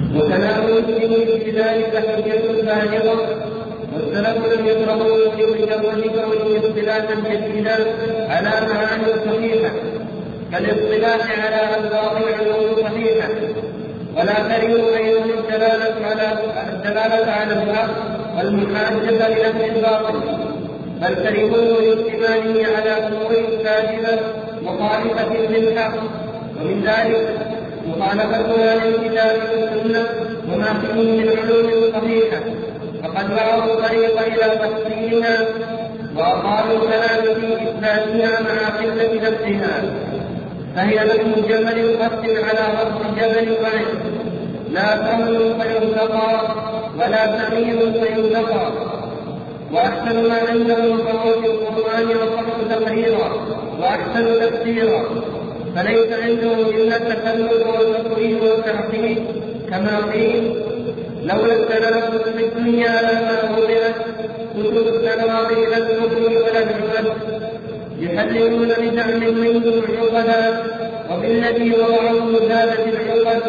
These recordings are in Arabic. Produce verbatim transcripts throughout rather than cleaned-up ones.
وتناول المسلمين في ذلك حجة باهظة، والسلف لم يكرهوا بمجرد كونه اصطلاحا جديدا على معاني صحيحة كالاصطلاح على ألفاظ علوم صحيحة، ولا كرهوا أيضا الدلالة على الدلالة على الحق والمحاجة لنفس الباطل، بل كرهوا لاتباعه على أمور كاذبة مخالفة للحق، ومن ذلك مخالفتنا للكتاب والسنة وما فيه من علوم صحيحة، فقد رأوا الطريق إلى تحصيلها وأقاموا الكلام في إثباتها مع قلة نفسها، فهي مثل جبل قص على رأس جبل ضعيف، لا تمل فينتقى ولا تميل فينتقى، وأحسن ما عندهم فهو في القرآن وصح تقريرا وأحسن تفسيرا، فليس عندهم إلا التكلف والتقريب والتعقيد، كما قيل لولا التنافس في الدنيا لما وضعت كتب التناظر إلى الحكم ولا العبد، يحللون بدعم منهم عقدا وبالذي وضعوا زادت العقد.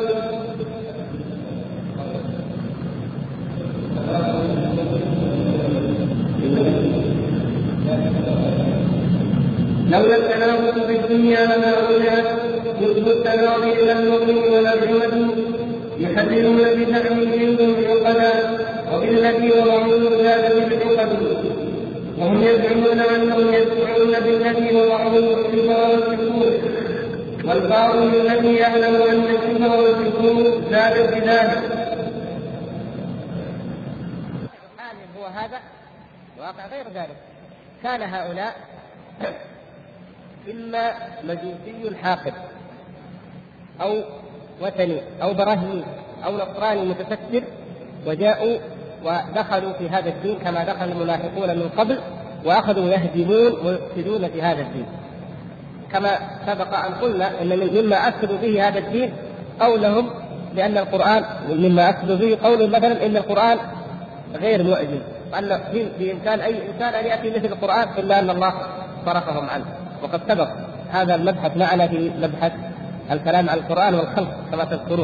لولا التنافس في الدنيا لما وضعت كتب التناظر إلى الحكم ولا العبد، يحللون بدعم منهم عقدا وبالذي وضعوا زادت العقد، وهم يزعمون أنهم يدفعون بالذي وضعوا الكفر والكفور، والقائل الذي يعلم أن الكفر والكفور زادت بذلك. الحال هو هذا واقع غير ذلك. كان هؤلاء إما مجوسي حاقد أو وثني أو برهمي أو نصراني متفكر، وجاءوا ودخلوا في هذا الدين كما دخل المنافقون من قبل، وأخذوا يهدمون ويفسدون في هذا الدين. كما سبق أن قلنا إن مما أفسدوا به هذا الدين قولهم بأن القرآن، مما أفسدوا به قول مثلا إن القرآن غير معجز، وأن بإمكان أي إنسان أن يأتي مثل القرآن إلا أن الله صرفهم عنه. وقد سبق هذا المبحث معنا في مبحث الكلام عن القرآن والخلق كما تذكرون.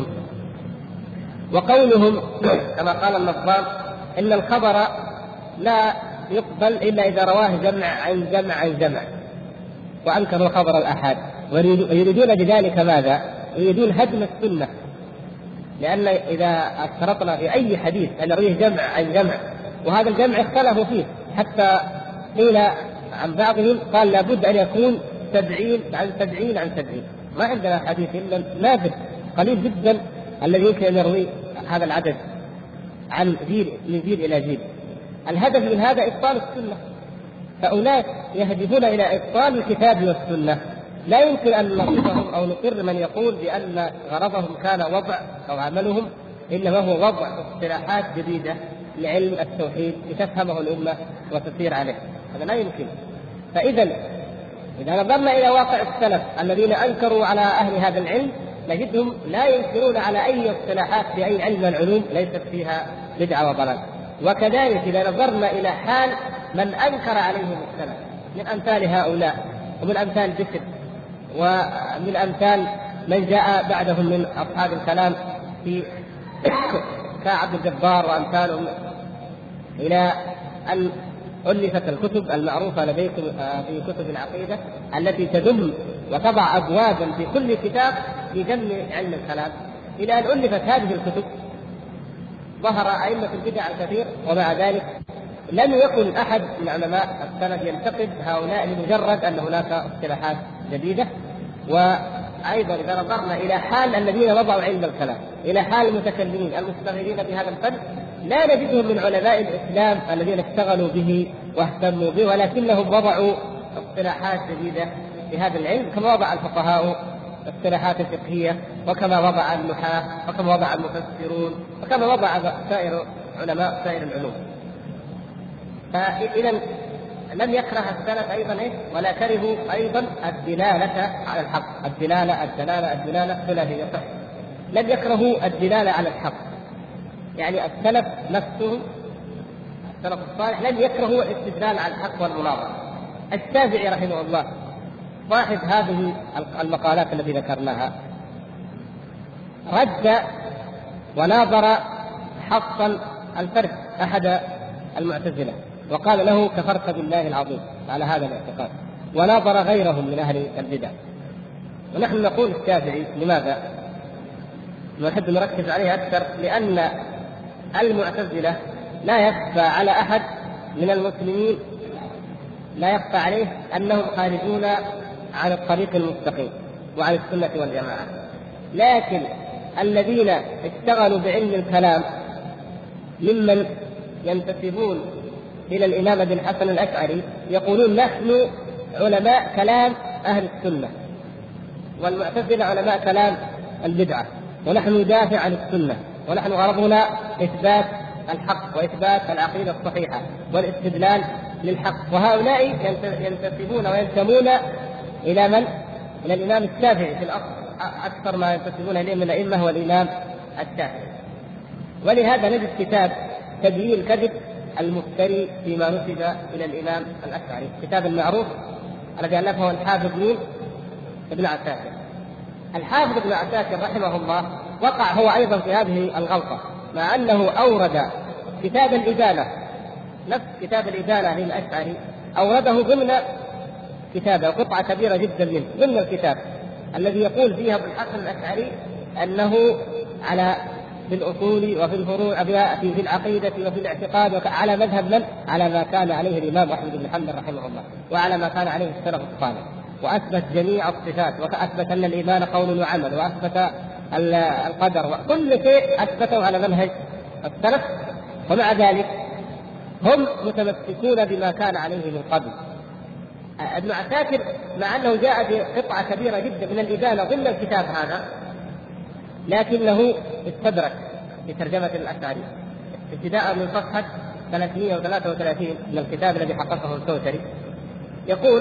وقولهم كما قال النظام إن الخبر لا يقبل إلا إذا رواه جمع عن جمع عن جمع، وأنكروا خبر الآحاد، ويريدون بذلك ماذا؟ يريدون هدم السنة، لأن إذا اشترطنا في أي حديث أن يرويه جمع عن جمع، وهذا الجمع اختلفوا فيه حتى قيل عن بعضهم قال لابد أن يكون سبعين عن سبعين عن سبعين. ما عندنا حديث إلا نادر قليل جدا الذي يمكن أن يروي هذا العدد عن جيل من جيل إلى جيل. الهدف من هذا إبطال السنة، فأولئك يهدفون إلى إبطال الكتاب والسنة. لا يمكن أن نصفهم أو نقر من يقول بأن غرضهم كان وضع أو عملهم إنما هو وضع اصطلاحات جديدة لعلم التوحيد لتفهمه الأمة وتسير عليه، هذا لا يمكن. فإذا إذا نظرنا إلى واقع السلف الذين أنكروا على أهل هذا العلم نجدهم لا ينكرون على أي اصطلاحات في أي علم من العلوم ليست فيها بدعة وضلال. وكذلك إذا نظرنا إلى حال من أنكر عليهم السلف من أمثال هؤلاء ومن أمثال بشر ومن أمثال من جاء بعدهم من أصحاب الكلام في كعبد الجبار وأمثالهم، إلى أن ألفت الكتب المعروفة لديكم في كتب العقيدة التي تدل وتضع أبوابا في كل كتاب في جمع علم الكلام، إلى أن ألفت هذه الكتب ظهر أئمة البدع الكثير، ومع ذلك لم يكن أحد من علماء السلف ينتقد هؤلاء لمجرد أن هناك اصطلاحات جديدة. وأيضا إذا نظرنا إلى حال الذين وضعوا علم الكلام، إلى حال المتكلمين المستغلين بهذا الفن، لا نجدهم من علماء الإسلام الذين اشتغلوا به واهتموا به، ولكنهم وضعوا اصطلاحات جديدة في هذا العلم كما وضع الفقهاء اصطلاحات فقهية، وكما وضع النحاة، وكما وضع المفسرون، وكما وضع سائر علماء سائر العلوم. فإذا لم يكره السلف أيضا إيه؟ ولا كرهوا أيضا الدلالة على الحق. الدلالة الدلالة الدلالة ثلاثية صح. لم يكرهوا الدلالة على الحق، يعني السلف نفسه السلف الصالح لم يكرهوا الاستدلال على الحق والمناظرة. الشافعي رحمه الله صاحب هذه المقالات التي ذكرناها رد وناظر حصا الفرد أحد المعتزلة وقال له كفرت بالله العظيم على هذا الاعتقاد، وناظر غيرهم من أهل البدع. ونحن نقول الشافعي لماذا نحب نركز عليه أكثر؟ لأن المعتزلة لا يخفى على أحد من المسلمين، لا يخفى عليه أنهم خارجون عن الطريق المستقيم وعن السنة والجماعة، لكن الذين اشتغلوا بعلم الكلام ممن ينتسبون إلى الإمام ابن الحسن الأشعري يقولون نحن علماء كلام أهل السنة، والمعتزلة علماء كلام البدعة، ونحن ندافع عن السنة، ونحن غرضنا إثبات الحق وإثبات العقيدة الصحيحة والاستدلال للحق. وهؤلاء ينتسبون وينتمون إلى من؟ إلى الإمام الشافعي في الأصل، أكثر ما ينتسبون إليه من الأئمة هو الإمام الشافعي. ولهذا نجد كتاب تبيين الكذب المفتري فيما نسب إلى الإمام الأشعري، كتاب المعروف الذي ألفه الحافظ مين؟ ابن عساكر. الحافظ ابن عساكر رحمه الله وقع هو أيضا في هذه الغلطة، مع أنه أورد كتاب الإبانة، نفس كتاب الإبانة للأشعري أورده ضمن كتابه قطعة كبيرة جدا منه ضمن الكتاب الذي يقول فيها ابن الحسن الأشعري أنه على في الأصول وفي الفروع في العقيدة وفي الاعتقاد على مذهب من؟ على ما كان عليه الإمام أحمد بن حنبل رحمه الله وعلى ما كان عليه السلف الصالح، وأثبت جميع الصفات، وأثبت أن الإيمان قول وعمل، وأثبت القدر، وكل شيء أثبته على منهج السلف. ومع ذلك هم متمسكون بما كان عليه من قبل. ابن عساكر مع أنه جاء بقطعة كبيرة جدا من الإبانة ضمن الكتاب هذا، لكنه استدرك في ترجمة الأشعري ابتداء من صفحة ثلاثمائة وثلاثة وثلاثين من الكتاب الذي حققه الكوثري، يقول: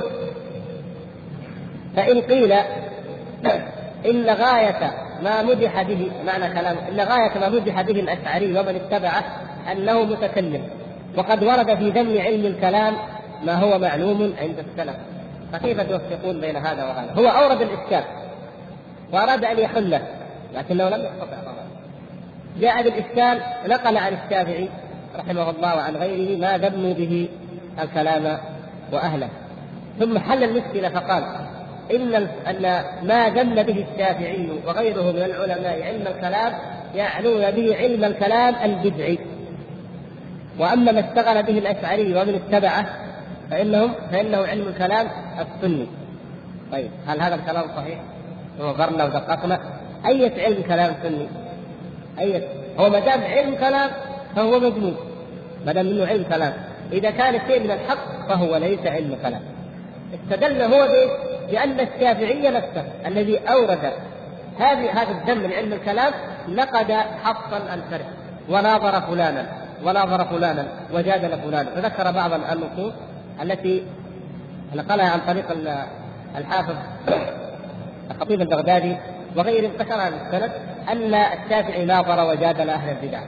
فإن قيل إن غاية ما مدح به، معنى كلام إن غاية ما مدح به الأشعري ومن اتبعه أنه متكلم، وقد ورد في ذم علم الكلام ما هو معلوم عند السلف، فكيف توفقون بين هذا وهذا؟ هو أورد الإشكال وأراد أن يحله لكنه لم يستطع طبعا. جاء بالإشكال، نقل عن الشافعي رحمه الله وعن غيره ما ذموا به الكلام وأهله، ثم حل المشكلة فقال إن أن ما ذم به الشافعي وغيره من العلماء علم الكلام يعنون به علم الكلام البدعي، وأما ما اشتغل به الأشعري ومن اتبعه فإنهم فإنه علم الكلام السني. طيب هل هذا الكلام صحيح؟ ونظرنا ودققنا أي علم كلام سني؟ أي هو ما دام علم كلام فهو مذموم، ما دام منه علم كلام. إذا كان شيء من الحق فهو ليس علم كلام. استدل هو بأن الشافعي نفسه الذي أورد هذه هذا الذم من علم الكلام نقد حصا الفرد وناظر فلانا وناظر فلانا وجادل فلانا، فذكر بعض النصوص التي نقلها عن طريق الحافظ الخطيب البغدادي وغيره، ذكرها بالسند أن الشافعي ناظر وجادل أهل البدع.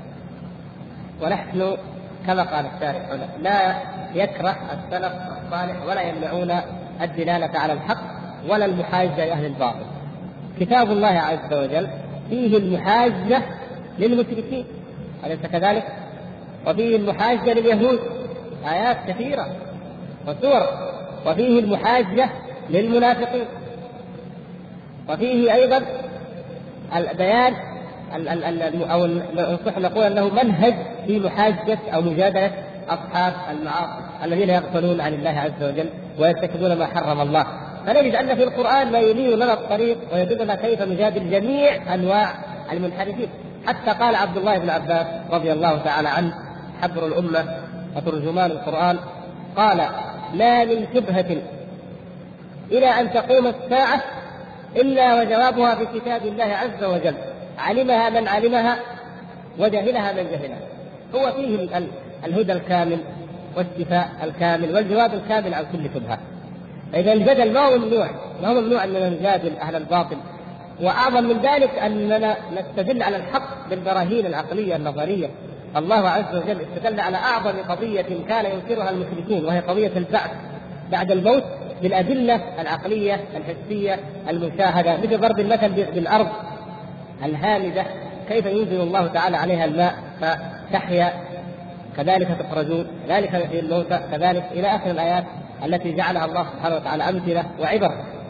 ونحن كما قال الشارح هنا لا يكره السلف الصالح ولا يمنعون الدلالة على الحق ولا المحاجة لأهل الباطل. كتاب الله عز وجل فيه المحاجة للمشركين أليس كذلك؟ وفيه المحاجة لليهود، آيات كثيرة وسور، وفيه المحاجة للمنافقين، وفيه أيضا البيان أو نصح نقول أنه منهج في محاجة أو مجادلة أصحاب المعاصي الذين يغفلون عن الله عز وجل ويرتكبون ما حرم الله. فنجد أن في القرآن ما يلين لنا الطريق ويدلنا كيف نجادل جميع أنواع المنحرفين. حتى قال عبد الله بن عباس رضي الله تعالى عنه حبر الأمة وترجمان القرآن قال: ما من شبهة إلى أن تقوم الساعة إلا وجوابها في كتاب الله عز وجل، علمها من علمها وجهلها من جهلها. هو فيه الهدى الكامل والشفاء الكامل والجواب الكامل عن كل شبهة. إذا الجدل ما هو ممنوع، ما هو ممنوع أننا نجادل أهل الباطل، وأعظم من ذلك أننا نستدل على الحق بالبراهين العقلية النظرية. الله عز وجل استدل على أعظم قضية كان ينكرها المشركون وهي قضية البعث بعد الموت بالأدلة العقلية الحسية المشاهدة، مثل ضرب المثل بالأرض الهامدة كيف ينزل الله تعالى عليها الماء فتحيا، كذلك تخرجون، كذلك يحيي الموتى، كذلك إلى آخر الآيات التي جعلها الله سبحانه وتعالى أمثلة وعبر.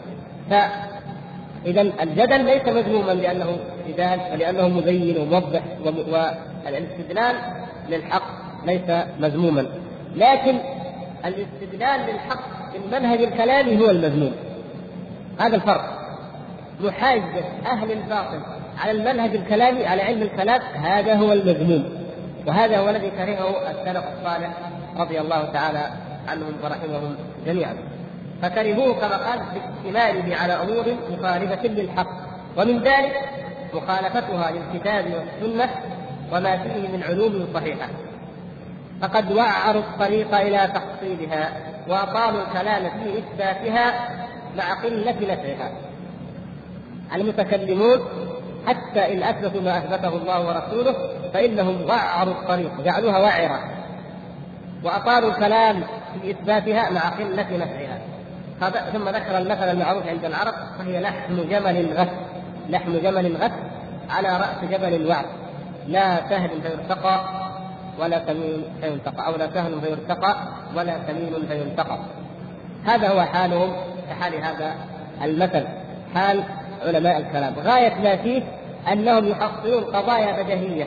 فإذا الجدل ليس مذموما لأنه جدال، ولأنه مبين وموضح، والاستدلال للحق ليس مذموما، لكن الاستدلال للحق بالمنهج الكلامي هو المذموم. هذا الفرق. محاجة أهل الباطل على المنهج الكلامي، على علم الكلام، هذا هو المذموم، وهذا هو الذي كرهه السلف الصالح رضي الله تعالى عنهم ورحمهم جميعا. فكرهوه كما قال باحتماله على أمور مخالفة للحق، ومن ذلك مخالفتها للكتاب والسنة وما فيه من علوم صحيحة، فقد وعروا الطريق إلى تحصيلها وأطالوا الكلام في إثباتها مع قلة نفعها. المتكلمون حتى إن أثبتوا ما أثبته الله ورسوله فإنهم وعروا الطريق، جعلوها وعرة، وأطالوا الكلام في إثباتها مع قلة نفعها. ثم ذكر المثل المعروف عند العرب، وهي لحم جمل غث، لحم جمل غث على رأس جبل وعر، لا سهل فيرتقى ولا ثمين فينتقى، أو لا سهل فيرتقى ولا ثمين فينتقى. هذا هو حالهم كحال هذا المثل، حال علماء الكلام. غاية ما فيه أنهم يحصلون قضايا بديهية،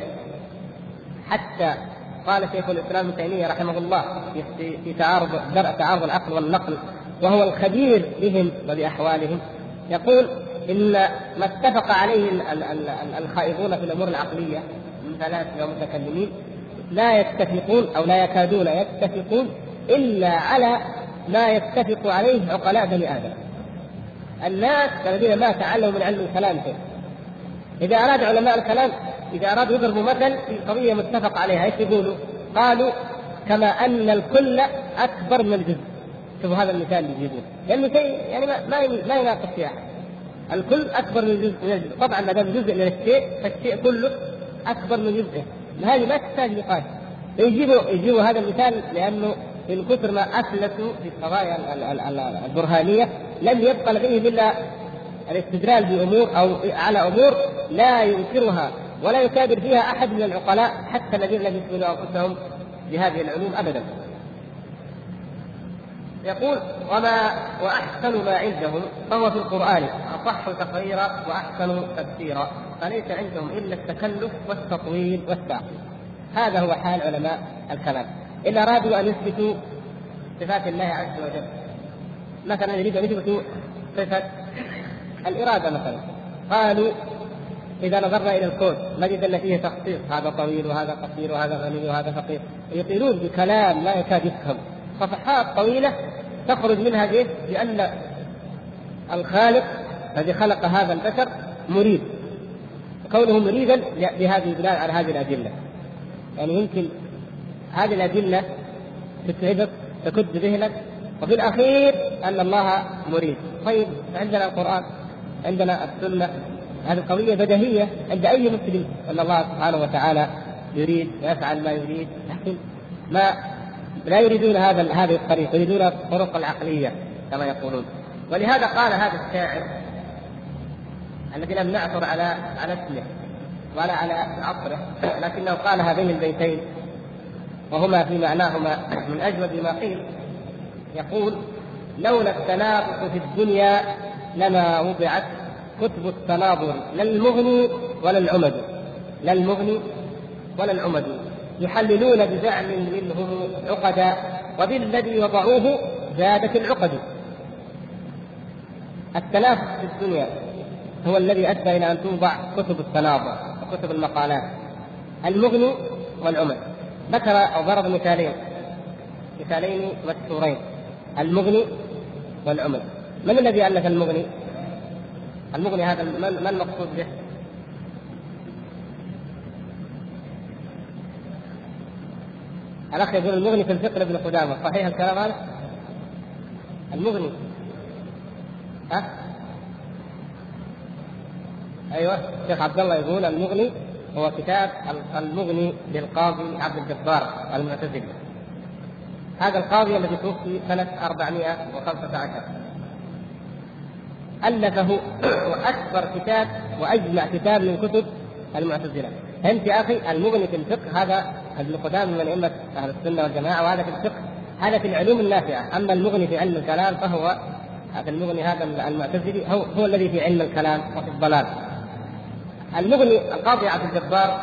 حتى قال شيخ الإسلام ابن تيمية رحمه الله في تعارض درء تعارض العقل والنقل، وهو الخبير بهم وبأحوالهم، يقول إن ما اتفق عليه الخائضون في الأمور العقلية من فلاسفة ومتكلمين لا يتفقون أو لا يكادون يتفقون إلا على ما يتفق عليه عقلاء بني آدم. الناس الذين ما تعلموا من علم الكلام شيء، إذا أراد علماء الكلام إذا أرادوا يضربوا مثل في قضية متفق عليها، ايش يقولوا؟ قالوا كما أن الكل أكبر من الجزء. شوفوا هذا المثال اللي يجيبون، لأنه شيء يعني ما ما ما يناقش فيه. الكل أكبر من الجزء من الجزء، طبعا ما دام جزء من الشيء فالشيء كله أكبر من جزءه، هذه ما تحتاج نقاش. يجيبوا يجيبوا هذا المثال لأنه من كثر ما أفلسوا في القضايا البرهانية لم يبقى لديهم إلا الاستدلال بأمور أو على أمور لا ينكرها ولا يكابر فيها أحد من العقلاء حتى الذين لم يسموا أنفسهم بهذه العلوم أبدا. يقول وما وأحسن ما عندهم فهو في القرآن أصح تقريرا وأحسن تفسيرا، فليس عندهم إلا التكلف والتطويل والتعقيد. هذا هو حال علماء الكلام. إن أرادوا أن يثبتوا صفات الله عز وجل، مثلا يريد أن يثبتوا صفة الإرادة مثلا، قالوا إذا نظرنا إلى الكون نجد أن فيه تخصيص، هذا طويل وهذا قصير وهذا غني وهذا فقير، يطيلون بكلام لا يكاد يفهم، صفحات طويلة تخرج منها جيد لأن الخالق الذي خلق هذا البشر مريد، كونه مريدا بهذه بناء على هذه الأدلة. يعني يمكن هذه الأدلة تتعبك تكد ذهنك، وفي الأخير أن الله مريد. طيب عندنا القرآن، عندنا السنة، هذه قضية بديهية عند أي مسلم أن الله سبحانه وتعالى يريد ويفعل ما يريد، لكن ما لا يريدون هذا هذه الطريق، يريدون الطرق العقلية كما يقولون. ولهذا قال هذا الشاعر الذي لم نعثر على على اسمه ولا على عصره، لكنه قال هذين البيتين وهما في معناهما من أجود ما قيل. يقول لولا التنافس في الدنيا لما وضعت كتب التناظر، لا المغني ولا العمد، لا المغني ولا العمد، يحللون بزعم منهم عقدا وبالذي وضعوه زادت العقد. التنافس في الدنيا هو الذي أدى إلى أن توضع كتب التناظر وكتب المقالات، المغني والعمد. ذكر أو ضرب مثالين مثالين مشهورين، المغني والعمد. من الذي ألف المغني؟ المغني هذا ما المقصود به؟ الأخ يقول المغني في الفقه ابن قدامة، صحيح الكلام هذا؟ المغني ها؟ أيوة الشيخ عبد الله يقول المغني هو كتاب المغني للقاضي عبد الجبار المعتزلي. هذا القاضي الذي توفي سنة أربعمائة وخمسة عشر ألفه، وأكبر كتاب وأجمع كتاب من كتب المعتزلة. فأنت يا أخي المغني في الفقه هذا ابن قدامة من أئمة أهل السنة والجماعة، وهذا في الفقه، هذا في العلوم النافعة. أما المغني في علم الكلام فهو هذا المغني هذا المعتزلي هو, هو الذي في علم الكلام وفي الضلال. المغني القاضي عبد الجبار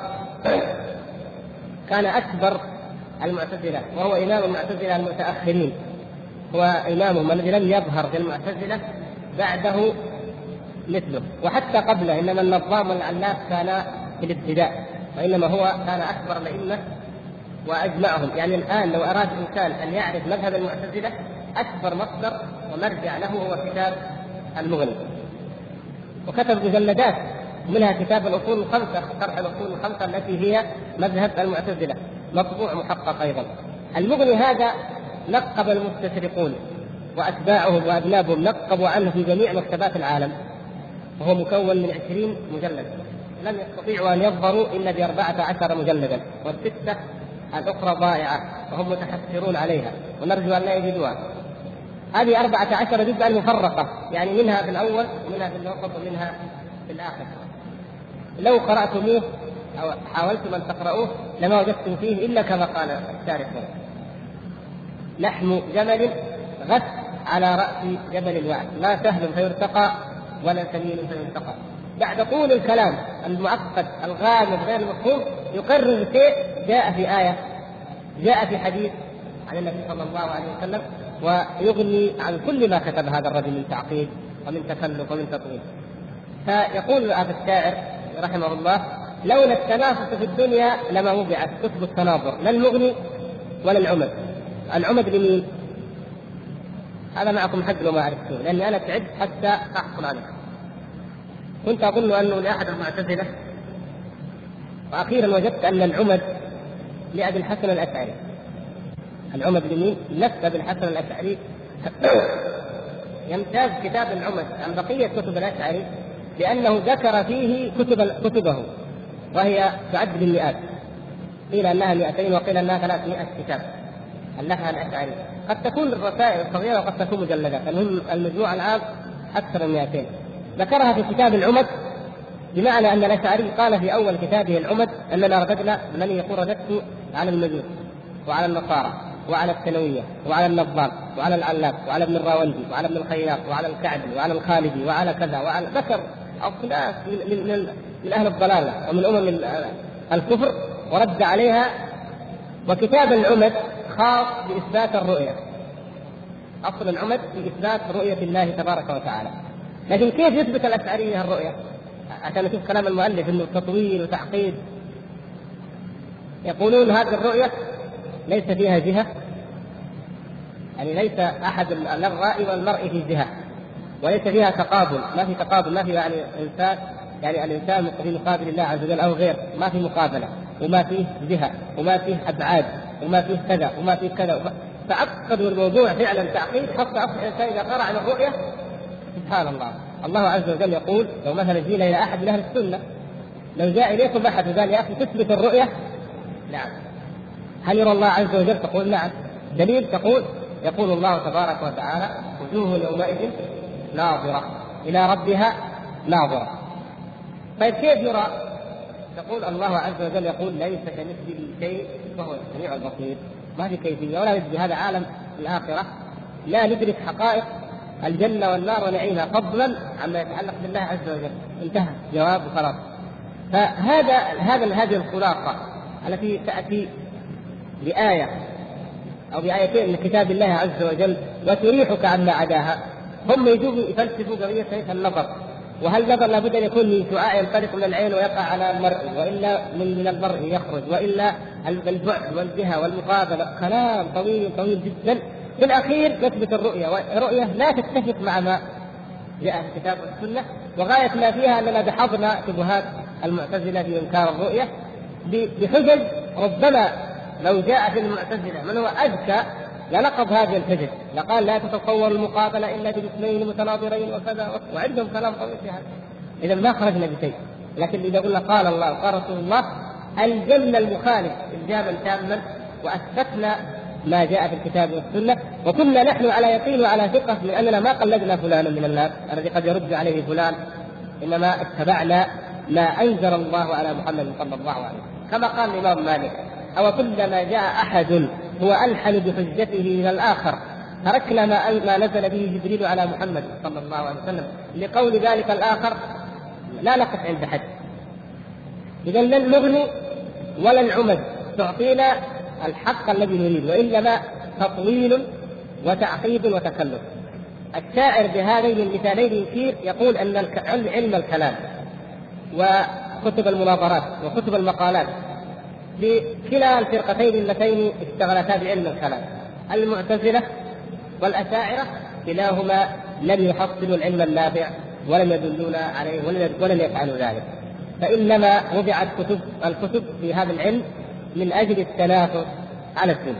كان أكبر المعتزلة، وهو إمام المعتزلة المتأخرين، هو إمامهم الذي لم يظهر في المعتزلة بعده مثله، وحتى قبله إنما النظام والعلاف كان في الابتداء، وإنما هو كان أكبر الأئمة وأجمعهم. يعني الآن لو أراد إنسان أن يعرف مذهب المعتزلة أكبر مصدر ومرجع له هو كتاب المغني، وكتب مجلدات منها كتاب الأصول الخمسة، شرح الأصول الخمسة التي هي مذهب المعتزلة، مطبوع محقق أيضا. المغني هذا نقب المستشرقون وأتباعهم وأذنابهم نقبوا عنه في جميع مكتبات العالم، وهو مكون من عشرين مجلد، لم يستطيعوا أن يظهروا إلا بأربعة عشر مجلدا، والستة الأخرى ضائعة وهم متحسرون عليها ونرجو أن لا يجدوها. هذه أربعة عشر جزءا مفرقة، يعني منها في الأول ومنها في الوسط ومنها في الآخر. لو قرأتموه أو حاولتم أن تقرأوه لما وجدتم فيه إلا كما قال الشارحون: لحم جمل غث على رأس جبل الوعد، لا سهل فيرتقى ولا سمين فينتقى. بعد طول الكلام المعقد الغامض غير المفهوم يقرر شيء جاء في آية، جاء في حديث عن النبي صلى الله عليه وسلم، ويغني عن كل ما كتب هذا الرجل من تعقيد ومن تكلف ومن تطويل. فيقول هذا الشاعر رحمه الله: لولا التنافس في الدنيا لما وضعت كتب التناظر، لا المغني ولا العمد. العمد لمين؟ هذا معكم حد لو ما عرفتوه، لأني أنا تعبت حتى أحصل عنه. كنت أظن أنه لأحد المعتزلة، وأخيرا وجدت أن العمد لأبي الحسن الأشعري. العمد لمين؟ نفس أبي الحسن الأشعري. يمتاز كتاب العمد عن بقية كتب الأشعري لأنه ذكر فيه كتب كتبه، وهي تعد بالمئات، قيل أنها مئتين وقيل أنها ثلاثمائة كتاب ألفها الأشعري. قد تكون الرسائل صغيرة وقد تكون مجلدات، المهم المجموع العام أكثر من مئتين. ذكرها في كتاب العمد، بمعنى أن الأشعري قال في أول كتابه العمد أننا رددنا، من يقول رددت على المجوس وعلى النصارى وعلى الثانوية وعلى النظام وعلى العلاف وعلى ابن الراوندي وعلى ابن الخياط وعلى الكعبي وعلى الخالدي وعلى كذا، وعلى ذكر أصناف من, من, من أهل الضلالة ومن أمم الكفر ورد عليها. وكتاب العمد خاص بإثبات الرؤية، أصل العمد في إثبات رؤية الله تبارك وتعالى. لكن كيف يثبت الأشعرية الرؤية؟ عشان نشوف كلام المؤلف إنه تطويل وتعقيد. يقولون هذه الرؤية ليس فيها جهة، يعني ليس أحد الرأي والمرء في جهة، وليس فيها تقابل، ما في تقابل، ما في يعني إنسان يعني الإنسان في مقابل الله عز وجل أو غير، ما في مقابلة، وما فيه جهة، وما فيه أبعاد، وما فيه كذا وما فيه كذا. فعقدوا الموضوع فعلا تعقيد، حتى أصبح الإنسان إذا قرأ عن الرؤية سبحان الله. الله عز وجل يقول: لو مثلا جينا إلى أحد من أهل السنة، لو جاء إليكم أحد وقال: يا أخي تثبت الرؤية؟ نعم. هل يرى الله عز وجل؟ تقول نعم. دليل؟ تقول يقول الله تبارك وتعالى: وجوه يومئذ ناظرة إلى ربها ناظرة. طيب كيف يرى؟ تقول الله عز وجل يقول: ليس كمثله شيء وهو السميع البصير. ما في كيفية ولا ندري هذا عالم الآخرة، لا ندرك حقائق الجنة والنار ونعيمها فضلا عما يتعلق بالله عز وجل. انتهى جواب وخلاص. فهذا هذا هذه الخلاصة التي تأتي بآية أو بآيتين من كتاب الله عز وجل وتريحك عما عداها. هم يجوزوا يفلسفوا قضية كيف النظر، وهل النظر لابد أن يكون من شعاع ينطلق من العين ويقع على المرء، وإلا من من المرء يخرج، وإلا البعد والجهة والمقابلة. كلام طويل طويل جدا. في الأخير تثبت الرؤية، والرؤية لا تتفق مع ما جاء في الكتاب والسنة، وغاية ما فيها أننا دحضنا شبهات المعتزلة في إنكار الرؤية بحجج ربما لو جاء في المعتزلة من هو أذكى لنقض هذه الحجج، لقال لا تتصور المقابلة إلا بجسمين متناظرين وكذا، وعندهم كلام قوي في هذا. إذا ما خرجنا بشيء. لكن إذا قلنا قال الله قال رسول الله ألزمنا المخالف إلزاما تاما، وأثبتنا ما جاء في الكتاب والسنة، وكنا نحن على يقين وعلى ثقة من أننا ما قلدنا فلانا من الناس الذي قد يرد عليه فلان، إنما اتبعنا ما أنزل الله على محمد صلى الله عليه وسلم. كما قال الإمام مالك: أو كلما جاء أحد هو ألحن بحجته من الآخر تركنا ما نزل به جبريل على محمد صلى الله عليه وسلم لقول ذلك الآخر لا نقف عند حد. إذن لن نغني ولا العمد تعطينا الحق الذي نريد، وإنما تطويل وتعقيد وتكلف. الشاعر بهذين المثالين يشير يقول أن علم الكلام وكتب المناظرات وكتب المقالات لكلا الفرقتين اللتين اشتغلتا بعلم الكلام، المعتزلة والأشاعرة، كلاهما لم يحصلوا العلم النافع ولم يدلونا عليه ولم يفعلوا ذلك، فإنما وضعت كتب الكتب في هذا العلم من أجل التنافس على السنة.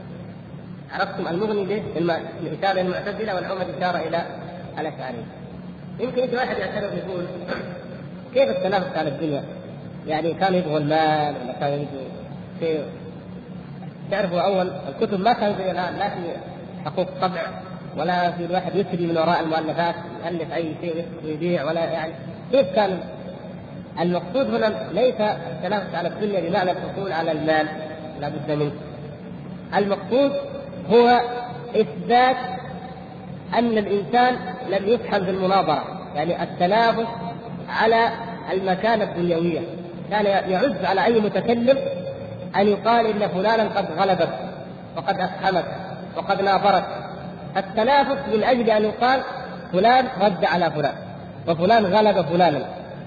عرفتم المغني به الإشارة المعتزلة والعمد إشارة إلى الأشاعرة. يمكن يجي واحد يعترض يقول كيف التنافس على الدنيا؟ يعني كانوا يبغوا المال ولا كانوا يبغوا شيء؟ تعرفوا أول الكتب ما كانوا زي الآن، لا في حقوق طبع ولا في الواحد يشتري من وراء المؤلفات يألف أي شيء ويبيع، ولا يعني كيف كان المقصود هنا ليس التنافس على الدنيا بمعنى الحصول على المال لا بد منه. المقصود هو إثبات أن الإنسان لم يفهم في المناظرة، يعني التنافس على المكانة الدنيوية. كان يعز على أي متكلم أن يقال إن فلانا قد غلبك وقد أفهمك وقد ناظرك. التنافس من أجل أن يقال فلان رد على فلان وفلان غلب فلانا.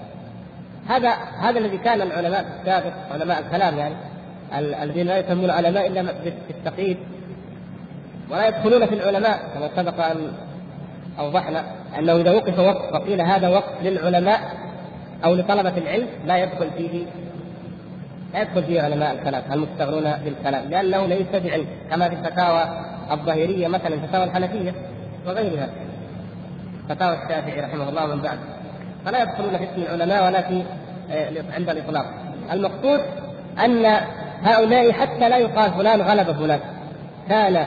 هذا هذا الذي كان العلماء السابق علماء الكلام يعني الذين لا يسمون علماء إلا بالتقييد ولا يدخلون في العلماء، كما سبق أن أوضحنا أنه إذا وقف وقف وقيل هذا وقت للعلماء أو لطلبة العلم لا يدخل فيه لا يدخل فيه علماء الكلام المستغلون بالكلام، لأنه ليس بعلم، كما في الفتاوى الظاهرية مثلا الفتاوى الحنفية وغيرها، فتاوى الشافعي رحمه الله من بعد، فلا يدخلون في اسم العلماء ولا في عند الإطلاق. المقصود أن هؤلاء حتى لا يقال فلان غلب فلان، كان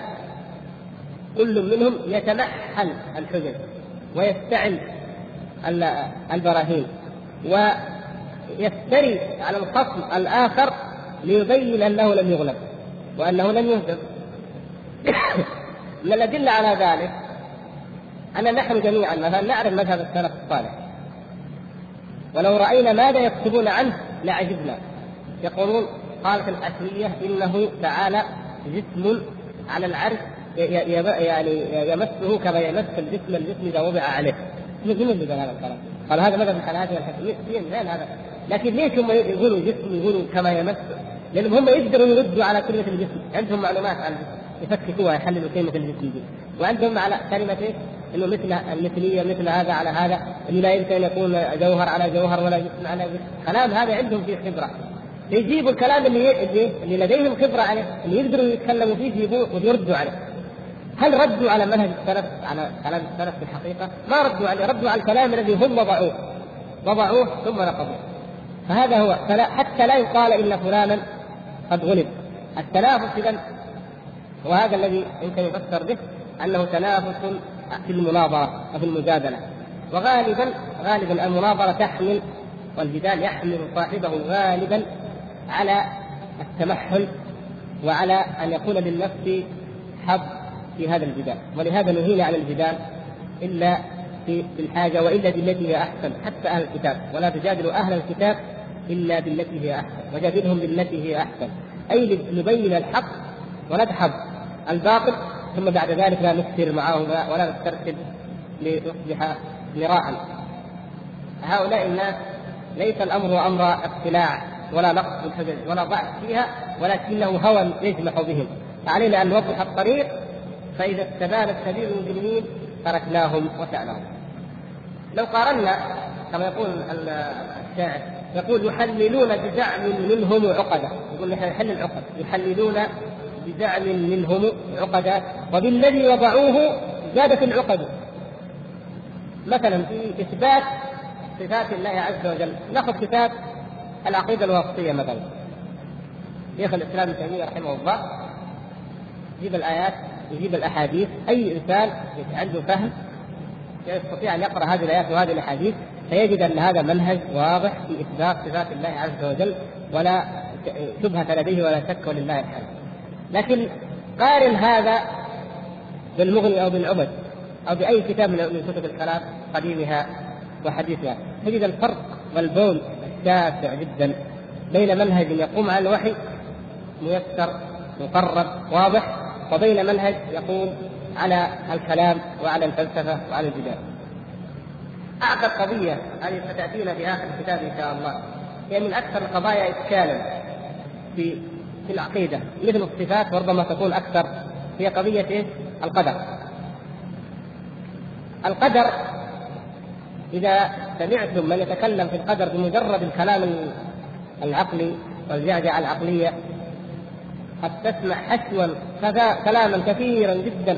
كل منهم يتمحل الحجج ويستعن البراهين ويفتري على الخصم الآخر ليبين أنه لم يغلب وأنه لم يهزم. من الأدلة على ذلك أن نحن جميعا مثلا نعرف مذهب السلف الصالح، ولو رأينا ماذا يكتبون عنه لعجبنا. يقولون قالت الحشوية إنه تعالى جسم على العرش يعني يمسه كما يمس الجسم الجسم إذا وضع عليه. من اللي قال هذا الكلام؟ قال هذا مذهب الحنفية والحشوية زين هذا، لكن ليش هم يقولوا جسم يقولوا كما يمس؟ لأنهم هم يقدروا يردوا على كلمة الجسم، عندهم معلومات عن يفككوها يحللوا كلمة الجسم دي، وعندهم على كلمة إيه؟ إنه مثل المثلية مثل هذا على هذا، إنه لا يمكن أن يكون جوهر على جوهر ولا جسم على جسم. كلام هذا عندهم فيه خبرة، يجيبوا الكلام اللي اللي لديهم خبرة عليه اللي يقدروا يتكلموا فيه يجيبوه ويردوا عليه. هل ردوا على منهج السلف على كلام السلف في الحقيقة؟ ما ردوا عليه، ردوا على الكلام الذي هم وضعوه وضعوه ثم نقضوه. فهذا هو حتى لا يقال إن فلانا قد غلب. التنافس إذن وهذا الذي يمكن يفسر به أنه تنافس في المناظرة وفي المجادلة، وغالبا غالبا المناظرة تحمل والجدال يحمل صاحبه غالبا على التمحل وعلى أن يكون للنفس حظ في هذا الجدال، ولهذا نهينا عن الجدال إلا في الحاجة وإلا بالتي هي أحسن. حتى أهل الكتاب ولا تجادلوا أهل الكتاب إلا بالتي هي أحسن وجادلهم بالتي هي أحسن، أي نبين الحق وندحض الباطل ثم بعد ذلك لا نكثر معه ولا نسترسل ليصبح مراء. هؤلاء الناس ليس الأمر أمر اقتلاع ولا نقص في الحجج ولا ضعف فيها، ولكنه هوى يجمح بهم. علينا أن نوضح الطريق، فإذا استبانت سبيل المجرمين تركناهم وسألهم. لو قارنا كما يقول الشاعر يقول يحللون بزعم منهم عقدا، يقول نحن نحل العقد، يحللون بزعم منهم عقدا وبالذي وضعوه زادت العقد. مثلا في إثبات صفات الله عز وجل نأخذ كتاب العقيدة الواسطية مثلا، شيخ الإسلام ابن تيمية رحمه الله يجيب الآيات يجيب الأحاديث. أي إنسان عنده فهم يستطيع أن يقرأ هذه الآيات وهذه الأحاديث سيجد أن هذا منهج واضح في إثبات صفات الله عز وجل ولا شبهة لديه ولا شك ولله الحمد. لكن قارن هذا بالمغني أو بالعمد أو بأي كتاب من كتب الكلام قديمها وحديثها، تجد الفرق والبون الشاسع جدا بين منهج يقوم على الوحي ميسر مقرب واضح، وبين منهج يقوم على الكلام وعلى الفلسفة وعلى الجدال. أعقد قضية هذه ستأتينا في آخر الكتاب إن شاء الله، هي من أكثر القضايا إشكالا في في العقيدة مثل الصفات، وربما تكون أكثر، هي قضية إيه؟ القدر. القدر إذا سمعتم من يتكلم في القدر بمجرد الكلام العقلي والجعجعة العقلية قد تسمع حشوا كلاما كثيرا جدا،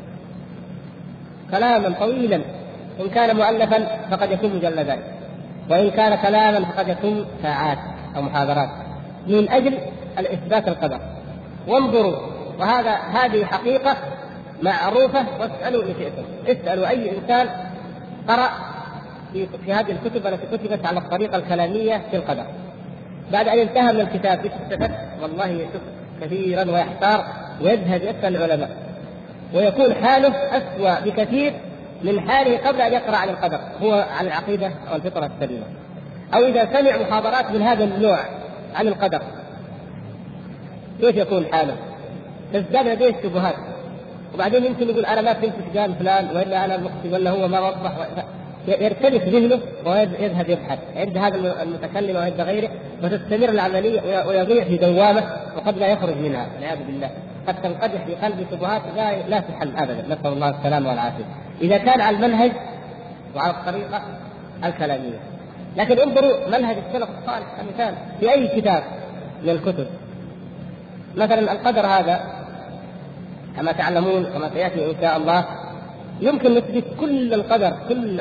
كلاما طويلا، إن كان مؤلفا فقد يكون مجلدا، وإن كان كلاما فقد يكون ساعات أو محاضرات من أجل الإثبات القدر. وانظروا، وهذا هذه حقيقة معروفة، واسألوا إن شئتم، اسألوا أي إنسان قرأ في, في هذه الكتب التي كتبت على الطريقة الكلامية في القدر بعد أن انتهى من الكتاب استفدت والله يشك كثيرا ويحتار ويذهب يسأل العلماء، ويكون حاله أسوأ بكثير من حاله قبل أن يقرأ عن القدر هو عن العقيدة والفطرة السليمة. أو إذا سمع محاضرات من هذا النوع عن القدر كيف يكون حاله؟ تزداد لديه شبهات، وبعدين يمكن يقول أنا ما فهمت كلام فلان، وإلا أنا مخطئ، ولا هو ما وضح، يرتبك ذهنه ويذهب يبحث عند هذا المتكلم وعند غيره، وتستمر العملية ويضيع في دوامة وقد لا يخرج منها والعياذ بالله. قد تنقدح في قلبه شبهات لا لا تحل أبدا، نسأل الله السلامة والعافية إذا كان على المنهج وعلى الطريقة الكلامية. لكن انظروا منهج السلف الصالح كمثال في أي كتاب من الكتب. مثلا القدر هذا كما تعلمون كما سيأتي إن شاء الله يمكن نثبت كل القدر، كل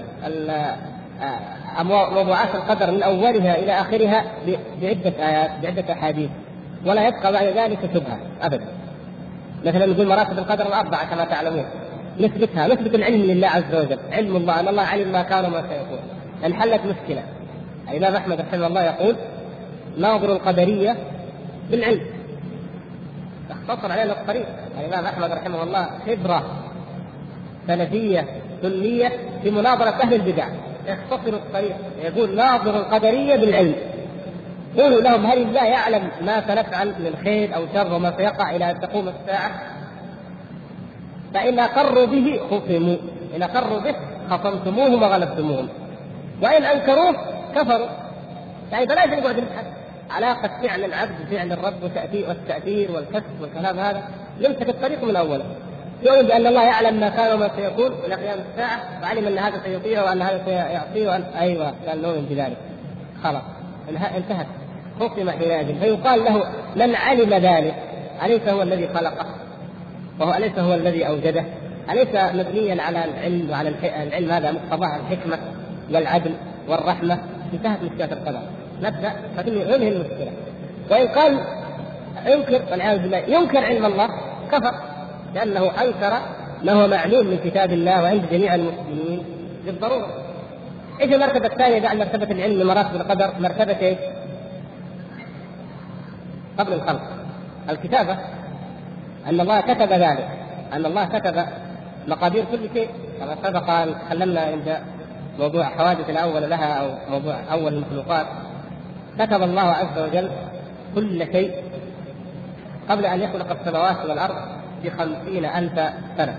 موضوعات القدر من أولها إلى آخرها بعدة آيات بعدة أحاديث، ولا يبقى بعد ذلك شبهة أبدا. مثلا نقول مراتب القدر الأربعة كما تعلمون، نثبتها، نثبت العلم لله عز وجل، علم الله أن الله علم ما كان وما سيكون. انحلت مشكلة. الإمام أحمد رحمه الله يقول ناظر القدرية بالعلم، اختصر علينا الطريق. الإمام أحمد رحمه الله خبرة سلفية سنية في مناظرة أهل البدع، يختصر الطريق، يقول ناظر القدرية بالعلم. قولوا لهم هل الله يعلم ما سنفعل من خير أو شر وما سيقع إلى أن تقوم الساعة؟ فإن أقروا به خصموا، إن أقروا به خصمتموهم وغلبتموهم، وإن أنكروه كفروا. يعني فلا يجب أن نبحث علاقة فعل العبد بفعل الرب والتأثير والكسب والكلام هذا، يمسك الطريق من أوله، يؤمن بأن الله يعلم ما كان وما سيكون إلى قيام الساعة، وعلم أن هذا سيطيع وأن هذا سيعطيه وأن أيوة قال نؤمن بذلك، خلاص انتهت، خصم حينئذ. فيقال له من علم ذلك أليس هو الذي خلقه، وهو أليس هو الذي أوجده، أليس مبنيا على العلم وعلى العلم هذا مقتضاه الحكمة والعدل والرحمة؟ انتهت مشكلة القدر. نبدأ فتنهي المشكلة. وإن قال ينكر والعياذ بالله ينكر علم الله كفر، لأنه أنكر ما هو معلوم من كتاب الله وعند جميع المسلمين بالضرورة. إيش المرتبة الثانية بعد مرتبة العلم من مراتب القدر؟ مرتبة إيش؟ قبل الخلق الكتابة، أن الله كتب ذلك، أن الله كتب مقادير كل شيء كما سبق أن تكلمنا عند موضوع حوادث الأول لها أو موضوع أول المخلوقات. كتب الله عز وجل كل شيء قبل أن يخلق السماوات والأرض بخمسين ألف سنة.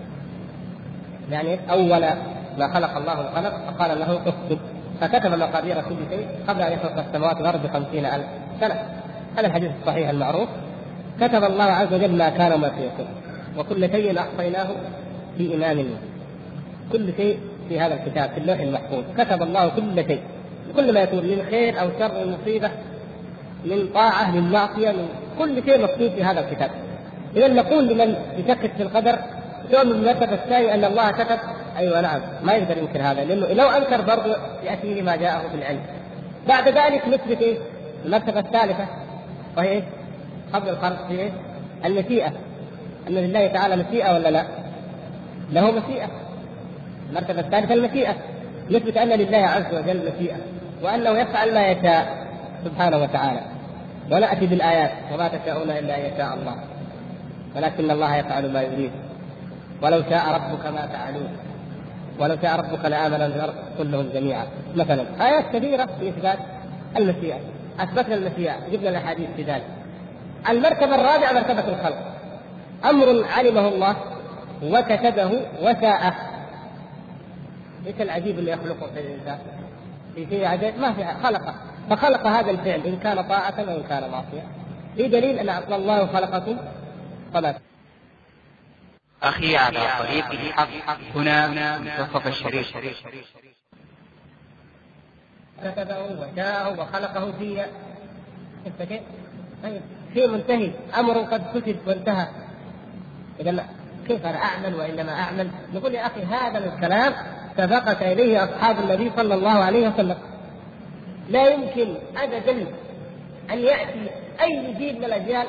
يعني أول ما خلق الله القلم فقال له اكتب، فكتب مقادير كل شيء قبل أن يخلق السماوات والأرض بخمسين ألف سنة. هذا الحديث الصحيح المعروف. كتب الله عز وجل ما كان وما سيكون، وكل شيء أحصيناه في إمام مبين. كل شيء في هذا الكتاب في اللوح المحفوظ، كتب الله كل شيء، كل ما يكون من خير أو شر، من مصيبة، من طاعة، من معصية، من كل شيء مكتوب في هذا الكتاب. إذا نقول لمن يشكك في القدر يوم المرتبة الثانية أن الله كتب، أيوة نعم، ما يقدر ينكر هذا، لأنه لو أنكر برضه يأتيه ما جاءه في العلم. بعد ذلك نثبت إيه؟ المرتبة الثالثة وهي إيه؟ قبل الخلق في إيه؟ المشيئة، أن لله تعالى مشيئة ولا لا؟ له مشيئة. المرتبة الثالثة المشيئة، نثبت أن لله عز وجل مشيئة وأنه يفعل ما يشاء سبحانه وتعالى، ونأتي بالآيات وما تشاءون إلا أن يشاء الله، ولكن الله يفعل ما يريد، ولو شاء ربك ما فعلوه، ولو شاء ربك لآمن الأرض كلهم جميعا. مثلا آيات كثيرة في إثبات المشيئة، أثبتنا المشيئة، جبنا الأحاديث في ذلك. المرتبة الرابعة مرتبة الخلق، أمر علمه الله وكتبه وشاءه. ايش العجيب اللي يخلقه في الإنسان؟ في شيء عجيب ما في، خلقه، فخلق هذا الفعل إن كان طاعة وإن كان معصية. في دليل أن الله خلقكم صلاة. أخي على طريق الحق هنا منتصف الشريف. كتبه وشاءه وخلقه فيه. طيب في منتهي، أمر قد كتب وانتهى، إذا كيف أنا أعمل وإنما أعمل؟ نقول يا أخي هذا الكلام سبقت إليه أصحاب النبي صلى الله عليه وسلم. لا يمكن أبدا أن يأتي أي جيل من الأجيال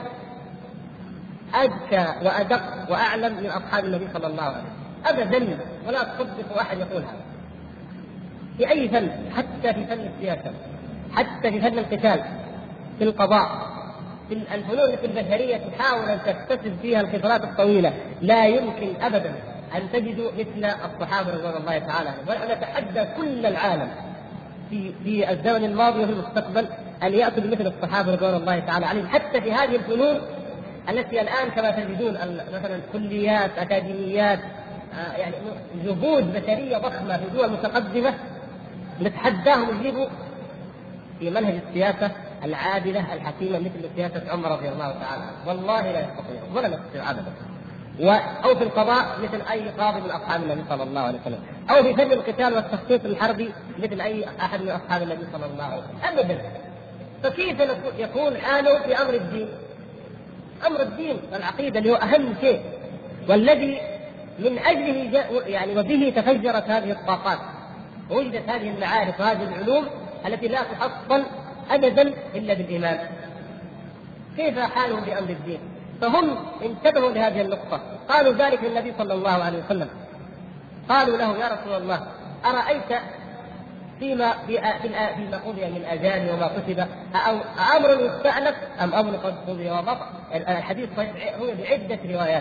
أذكى وأدق وأعلم من أصحاب النبي صلى الله عليه وسلم أبدا، ولا تصدق أحد يقول هذا في أي فن، حتى في فن السياسة، حتى في فن القتال، في القضاء، في الفنون البشرية تحاول أن تكتسب فيها الخبرات الطويلة. لا يمكن أبدا أن تجدوا مثل الصحابة رضوان الله تعالى عنهم، ونتحدى كل العالم في في الزمن الماضي وفي المستقبل أن يأتوا بمثل الصحابة رضوان الله تعالى عليهم، حتى في هذه الفنون التي الآن كما تجدون مثلا كليات أكاديميات، يعني جهود بشرية ضخمة في دول متقدمة، نتحداهم يجيبوا في منهج السياسة العادلة الحكيمة مثل سياسة عمر رضي الله تعالى، والله لا يستطيع ولا يستطيع أبدا. أو في القضاء مثل أي قاضي من أصحاب النبي صلى الله عليه وسلم، أو في فن القتال والتخطيط الحربي مثل أي أحد من أصحاب النبي صلى الله عليه وسلم أبدا. فكيف يكون حاله في أمر الدين؟ أمر الدين والعقيدة اللي هو أهم شيء، والذي من أجله يعني وبه تفجرت هذه الطاقات، ووجدت هذه المعارف وهذه العلوم التي لا تحصل أبدا إلا بالإيمان. كيف حالهم بأمر الدين؟ فهم انتبهوا لهذه النقطة، قالوا ذلك للنبي صلى الله عليه وسلم، قالوا له يا رسول الله أرأيت فيما فيما قضي من أجال وما كتب أمر يستأنف أم أمر قد قضي ومضى؟ الحديث هو بعدة روايات.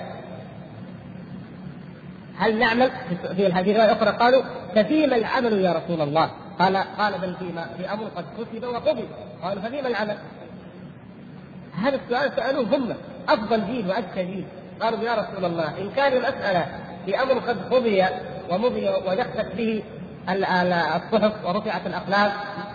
هل نعمل في هذه الرواية الأخرى؟ قالوا ففيما العمل يا رسول الله؟ قال قال بل فيما في أمر قد كتب وقضي. قالوا ففيما العمل؟ هذا السؤال سألوه هم أفضل جيل وأذكى جيل. قالوا يا رسول الله إن كان المسألة في أمر قد قضي ومضي ودخلت به الصحف ورفعت الأقلام،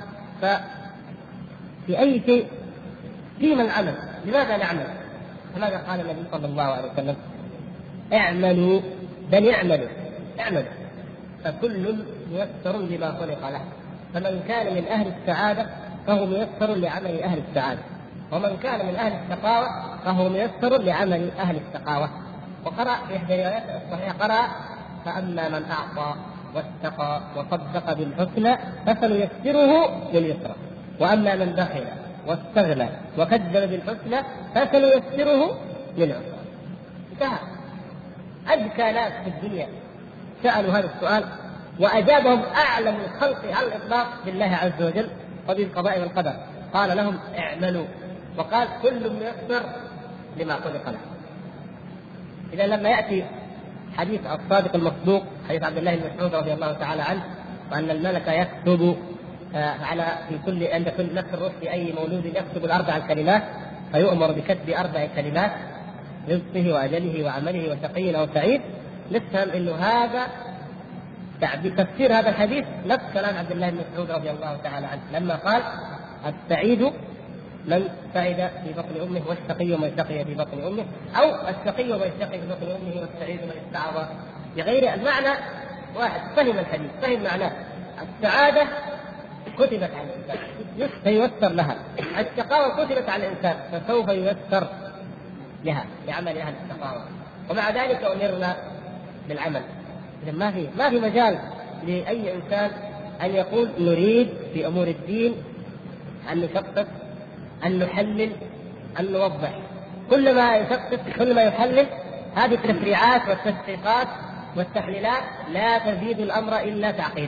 ففي أي شيء فيما العمل؟ لماذا نعمل؟ فماذا قال النبي صلى الله عليه وسلم؟ اعملوا، بل اعملوا اعملوا فكل ميسر لما خلق له، فمن كان من أهل السعادة فهو ميسر لعمل أهل السعادة، ومن كان من أهل الشقاوة فهو ميسر لعمل أهل الشقاوة. وقرأ في إحدى الروايات الصحيحة قرأ فأما من أعطى واتقى وصدق بالحسنى فسنيسره لليسرى، وأما من بخل واستغنى وكذب بالحسنى فسنيسره للعسرى. انتهى. أذكى ناس في الدنيا سألوا هذا السؤال وأجابهم أعلم الخلق على الإطلاق بالله عز وجل وبالقضاء والقدر. قال لهم اعملوا، وقال كل ميسر لما خلق له. إذا لما يأتي حديث الصادق المصدوق حديث عبد الله بن مسعود رضي الله تعالى عنه وأن الملك يكتب على في كل عند كل نفس الروح في أي مولود يكتب الأربع كلمات، فيؤمر بكتب أربع كلمات رزقه وأجله وعمله وشقي أو سعيد، نفهم إنه هذا تفسير هذا الحديث نفس كلام عبد الله بن مسعود رضي الله تعالى عنه لما قال السعيد من سعد في بطن أمه والشقي من شقي في بطن أمه، أو الشقي من شقي في بطن أمه والسعيد من استعاض بغير المعنى واحد. فهم الحديث، فهم معناه. السعادة كتبت على الإنسان فييسر لها، الشقاوة كتبت على الإنسان فسوف ييسر لها لعمل أهل الشقاوة، ومع ذلك أمرنا بالعمل. إذا ما في ما في مجال لأي إنسان أن يقول نريد في أمور الدين أن نشقق، أن نحلل، أن نوضح. كل ما يشقق كل ما يحلل هذه التفريعات والتشقيقات والتحليلات لا تزيد الأمر إلا تعقيدا.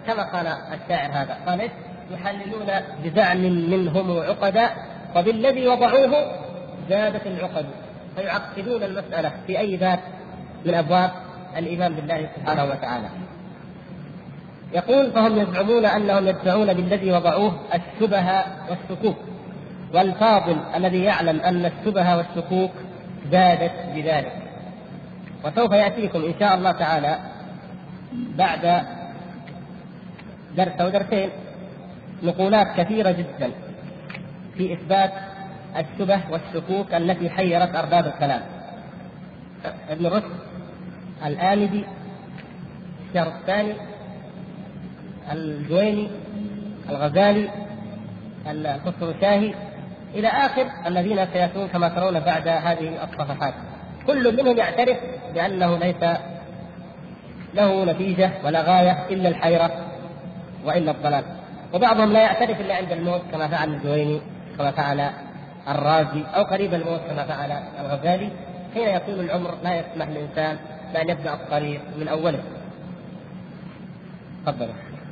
كما قال الشاعر هذا، قال يحللون بزعم منهم عقدا وبالذي وضعوه زادت العقد، فيعقدون المسألة في أي باب من أبواب الإيمان بالله سبحانه وتعالى. يقول فهم يزعمون أنهم يدفعون بالذي وضعوه الشبه والشكوك، والفاضل الذي يعلم أن الشبه والشكوك زادت بذلك. وسوف يأتيكم إن شاء الله تعالى بعد درس أو درسين نقولات كثيرة جدا في إثبات الشبه والشكوك التي حيرت أرباب الكلام. ابن رشد، الآمدي، الشهرستاني، الجويني، الغزالي، الخسروشاهي، إلى آخر الذين سيأتون كما ترون بعد هذه الصفحات. كل منهم يعترف بأنه ليس له نتيجة ولا غاية إلا الحيرة وإلا الضلال، وبعضهم لا يعترف إلا عند الموت كما فعل الجويني، كما فعل الرازي، أو قريب الموت كما فعل الغزالي. حين يطول العمر لا يسمح للإنسان بأن يبدأ الطريق من أوله. تفضل.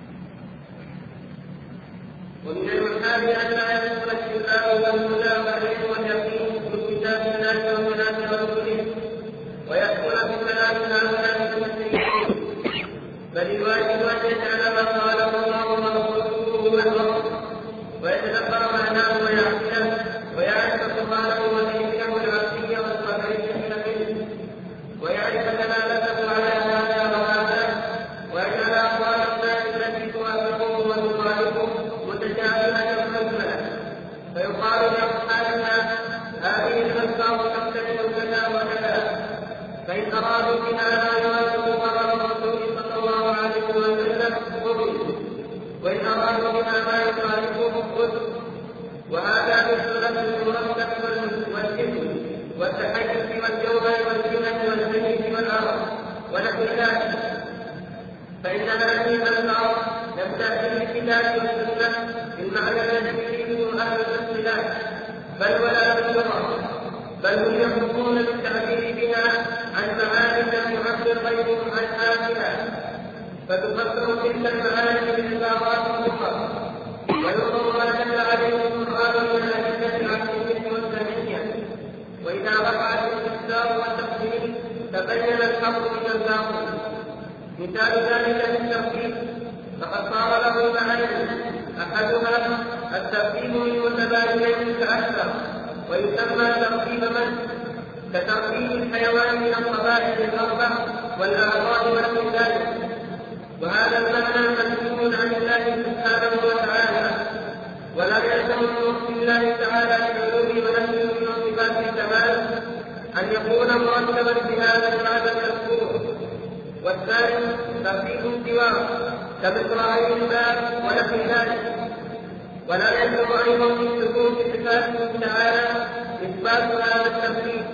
ومن المحال أن لا يكون الشفاء والهدى والعلم واليقين بكتاب الله وسنة رسوله، ويكون بكلام هؤلاء المسلمين، بل الواجب أن يجعل ما قاله الله ورسوله محضره، ويتدبر معناه ويعقله، ويعرف سبحانه وتعالى العقلية والصحيحية منه، ويعرف دلالته على هذا وهذا، ويجعل أقوال الناس التي توافقه وتخالفه متشابهة مثلا، فيقال لأصحاب الناس هذه الألفاظ تختلف كذا وكذا، فإن أرادوا بها ما يوافق قرار الرسول صلى الله عليه وسلم قبل، وإن أرادوا بها ما يخالفه قبل. وهذا بالسنة المرتب والإثم والتحيز والجوهر والجنة والزيت والأرض ونحو ذلك. فإن هذه الألفاظ لم تأتي بالكتاب والسنة بالمعنى الذي يريده أهل الاصطلاح، بل ولا باللغة، بل هم يحكمون بالتعبير بها عن معاني لم يعبر غيرهم عن آخرها، فتفسر تلك المعاني بالعبارات الأخرى، وينظر ما دل عليه القرآن من الأدلة العقلية والسمعية. وإذا وقعت الاستفسار والتفصيل تبين الحق من الباطل. مثال ذلك في التفصيل فقد صار له معاني، أحدها الترتيب للمتباينين فأكثر، ويسمى ترتيب من كترتيب الحيوان من القبائل الأربع والأعراض والمثال. وهذا المعنى مسلوب عن الله سبحانه وتعالى، ولا يلزم من وصف الله تعالى بعلوم ونفسه من صفات الكمال أن يكون مرتبا بهذا المعنى المذكور. والثالث ترتيب السواء كمصراعي الباب ونحو ذلك. ولا يلزم أيضا من ثبوت صفاته تعالى إثبات هذا الترتيب.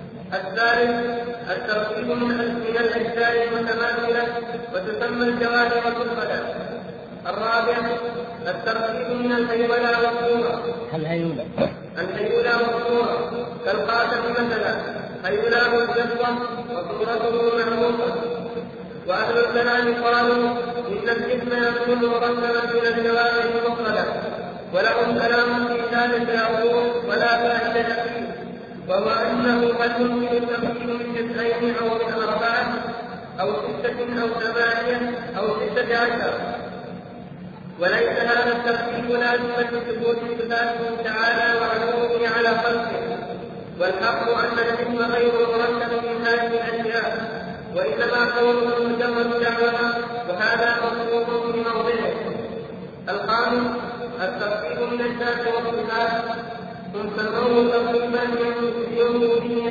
الثالث الترتيب من الأجزاء المتماثلة وتسمى الجوارح والصلة. الرابع الترتيب من الهيولى والصورة. الهيولى الهيولى والصورة كالقاتل مثلا، هيولاه الجسوة وصورته معروفة. وأهل الكلام قالوا إن الجسم يكون مرتبا من الجوارح المفردة، ولهم كلام في ذلك يقول ولا فائدة فيه، وهو أنه قد يمكن الترتيب من جزئين أو من أربعة أو ستة أو ثمانية أو ستة عشر. وليس هذا الترتيب لازما لثبوت صفاته تعالى وعلومه على خلقه، والحق أن الجسم غير مرتب من هذه الأشياء، وإنما قوله مجرد دعوة، وهذا مطلوب في موضعه. الخامس الترتيب من الذات والصفات، ثم سموه ترتيبا يوم به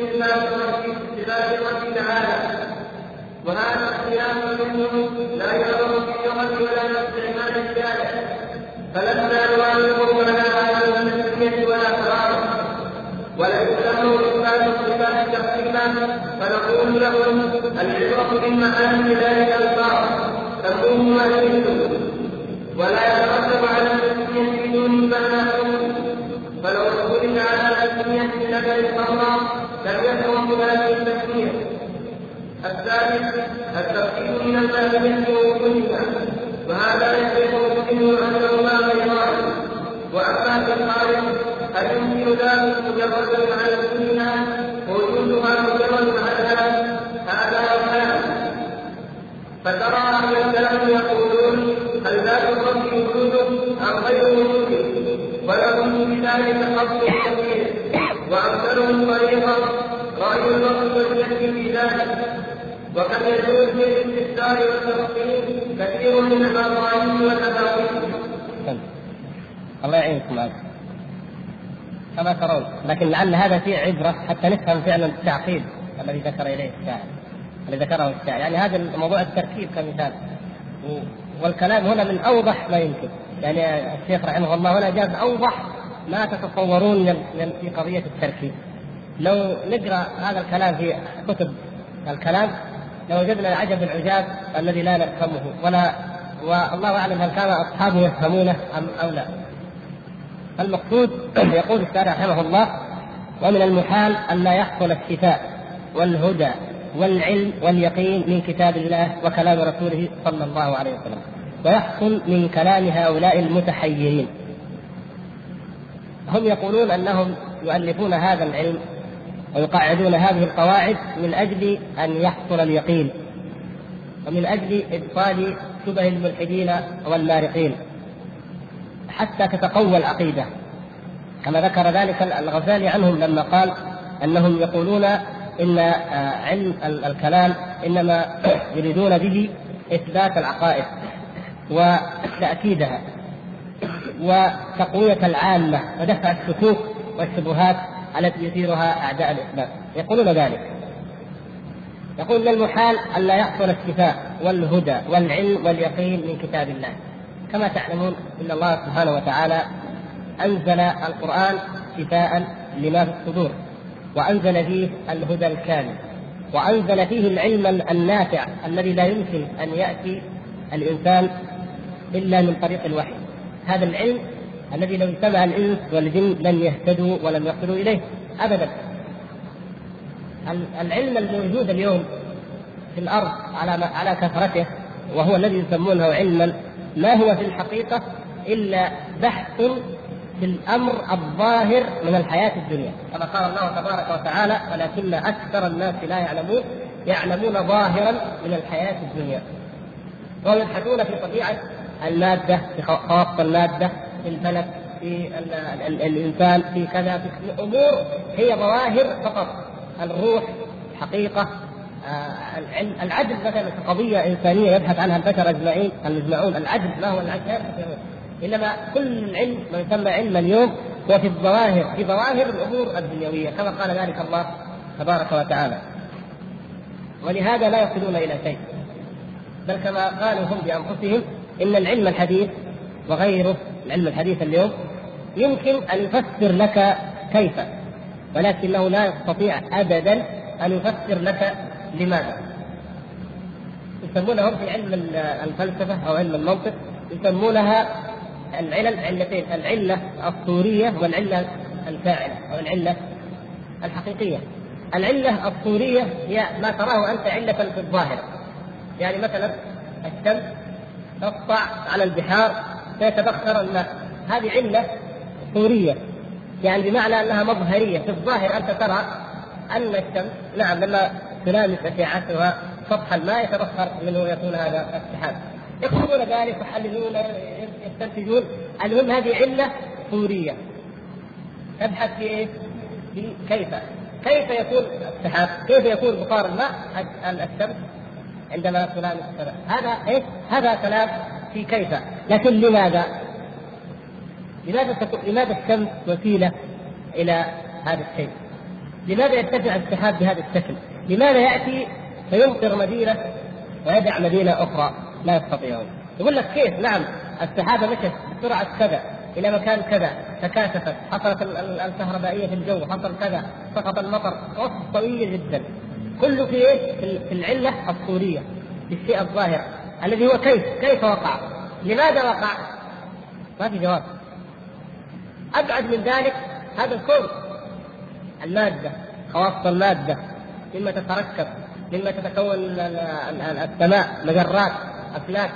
صفات رب تعالى، وهذا الخلاف منه لا يرى في اللغة ولا باستعمال الشارع، فلسنا نوافق ولا هذا من التسمية ولا قرار، وليس له إثبات الصفات تقريبا، فنقول له العبرة بالمعاني لا الألفاظ تكون مؤثرة، ولا يترتب على التسمية بدون معنى حكم. فلو قلت على التسمية لك الحرام لم يكن هذه التسمية. الثالث الترتيب من الماهية ووجودها، وهذا يثبت منه أنه لا غير عنه. وأما في الخارج هل يمكن ذلك مجردا على الدنيا وجودها مجرد على هذا وهذا؟ فترى أهل الكلام يقولون هل ذات الرب وجوده أم غير وجوده، ولهم بذلك قصد كثير، وأمثلهم طريقا رأي الوقت والشك في ذلك. وقد يجوز في الاستفسار والتفصيل كثير من الأمراض والأداوين. الله يعينكم هذا كما ترون، لكن لعل هذا فيه عبرة حتى نفهم فعلا التعقيد الذي ذكر إليه الشاعر الذي ذكره الشاعر. يعني هذا موضوع التركيب كمثال، والكلام هنا من أوضح ما يمكن. يعني الشيخ رحمه الله هنا جاز أوضح ما تتصورون في قضية التركيب. لو نقرأ هذا الكلام في كتب الكلام لوجدنا العجب العجاب الذي لا نفهمه، ولا والله أعلم هل كان أصحابه يفهمونه أم أو لا. المقصود يقول الشارع رحمه الله: ومن المحال أن لا يحصل الشفاء والهدى والعلم واليقين من كتاب الله وكلام رسوله صلى الله عليه وسلم، ويحصل من كلام هؤلاء المتحيرين. هم يقولون أنهم يؤلفون هذا العلم ويقاعدون هذه القواعد من أجل أن يحصل اليقين، ومن أجل إبطال شبه الملحدين والمارقين حتى تتقوى العقيدة، كما ذكر ذلك الغزالي عنهم لما قال أنهم يقولون إن علم الكلام إنما يريدون به إثبات العقائد وتأكيدها وتقوية العامة ودفع الشكوك والشبهات التي يثيرها أعداء الإسلام. يقولون ذلك. يقول: من المحال أن لا يحصل الشفاء والهدى والعلم واليقين من كتاب الله. كما تعلمون إن الله سبحانه وتعالى أنزل القرآن شفاء لما في الصدور، وأنزل فيه الهدى الكامل، وأنزل فيه العلم النافع الذي لا يمكن أن يأتي الإنسان إلا من طريق الوحي. هذا العلم الذي لو اجتمع الإنس والجن لن يهتدوا ولم يصلوا إليه أبدا. العلم الموجود اليوم في الأرض على على كثرته، وهو الذي يسمونه علما، ما هو في الحقيقة إلا بحث في الأمر الظاهر من الحياة الدنيا، كما قال الله تبارك وتعالى: ولكن أكثر الناس لا يعلمون يعلمون ظاهرا من الحياة الدنيا. ويبحثون في طبيعة المادة، في خواص المادة، في الفلك، في الإنسان، في كذا، في أمور هي ظواهر فقط. الروح، حقيقة، العدل مثلا قضية إنسانية يبحث عنها البشر أجمعين المجمعون. العدل ما هو العدل؟ إنما كل العلم ما يسمى علم اليوم هو في الظواهر، في ظواهر الأمور الدنيوية، كما قال ذلك الله تبارك وتعالى. ولهذا لا يصلون إلى شيء، بل كما قالوا هم بأنفسهم إن العلم الحديث وغيره، العلم الحديث اليوم يمكن أن يفسر لك كيف، ولكنه لا يستطيع أبدا أن يفسر لك لماذا. يسمونهم في علم الفلسفة أو علم المنطق يسمونها العلل علتين: العلة الصورية والعلة الفاعلة أو العلة الحقيقية. العلة الصورية هي ما تراه أنت علة في الظاهر، يعني مثلا الشمس تقطع على البحار فيتبخر الماء، هذه علة صورية، يعني بمعنى أنها مظهرية في الظاهر. أنت ترى أن الشمس نعم لما تلامس أشعتها سطح الماء يتبخر منه ويكون هذا السحاب. يقولون ذلك يحللون يستنتجون. المهم هذه علة صورية. تبحث في إيه؟ في كيف كيف يكون السحاب، كيف يكون بخار الماء الشمس عندما تلامس السماء. هذا إيه؟ هذا كلام في كيف. لكن لماذا؟ لماذا تكون لماذا الشمس وسيلة إلى هذا الشيء؟ لماذا يرتفع السحاب بهذا الشكل؟ لماذا يأتي فيمطر مدينة ويدع مدينة أخرى؟ لا يستطيعون. يقول لك كيف؟ نعم السحابة مشت بسرعة كذا إلى مكان كذا، تكاثفت، حصلت الكهربائية في الجو، حصل كذا، سقط المطر، وصف طويل جدا. كله في إيه؟ في العلة الصورية، في الشيء الظاهر الذي هو كيف كيف وقع، لماذا وقع؟ ما في جواب. أبعد من ذلك هذا الكون، المادة، خواص المادة، مما تتركب، مما تتكون السماء، مجرات، أفلاك،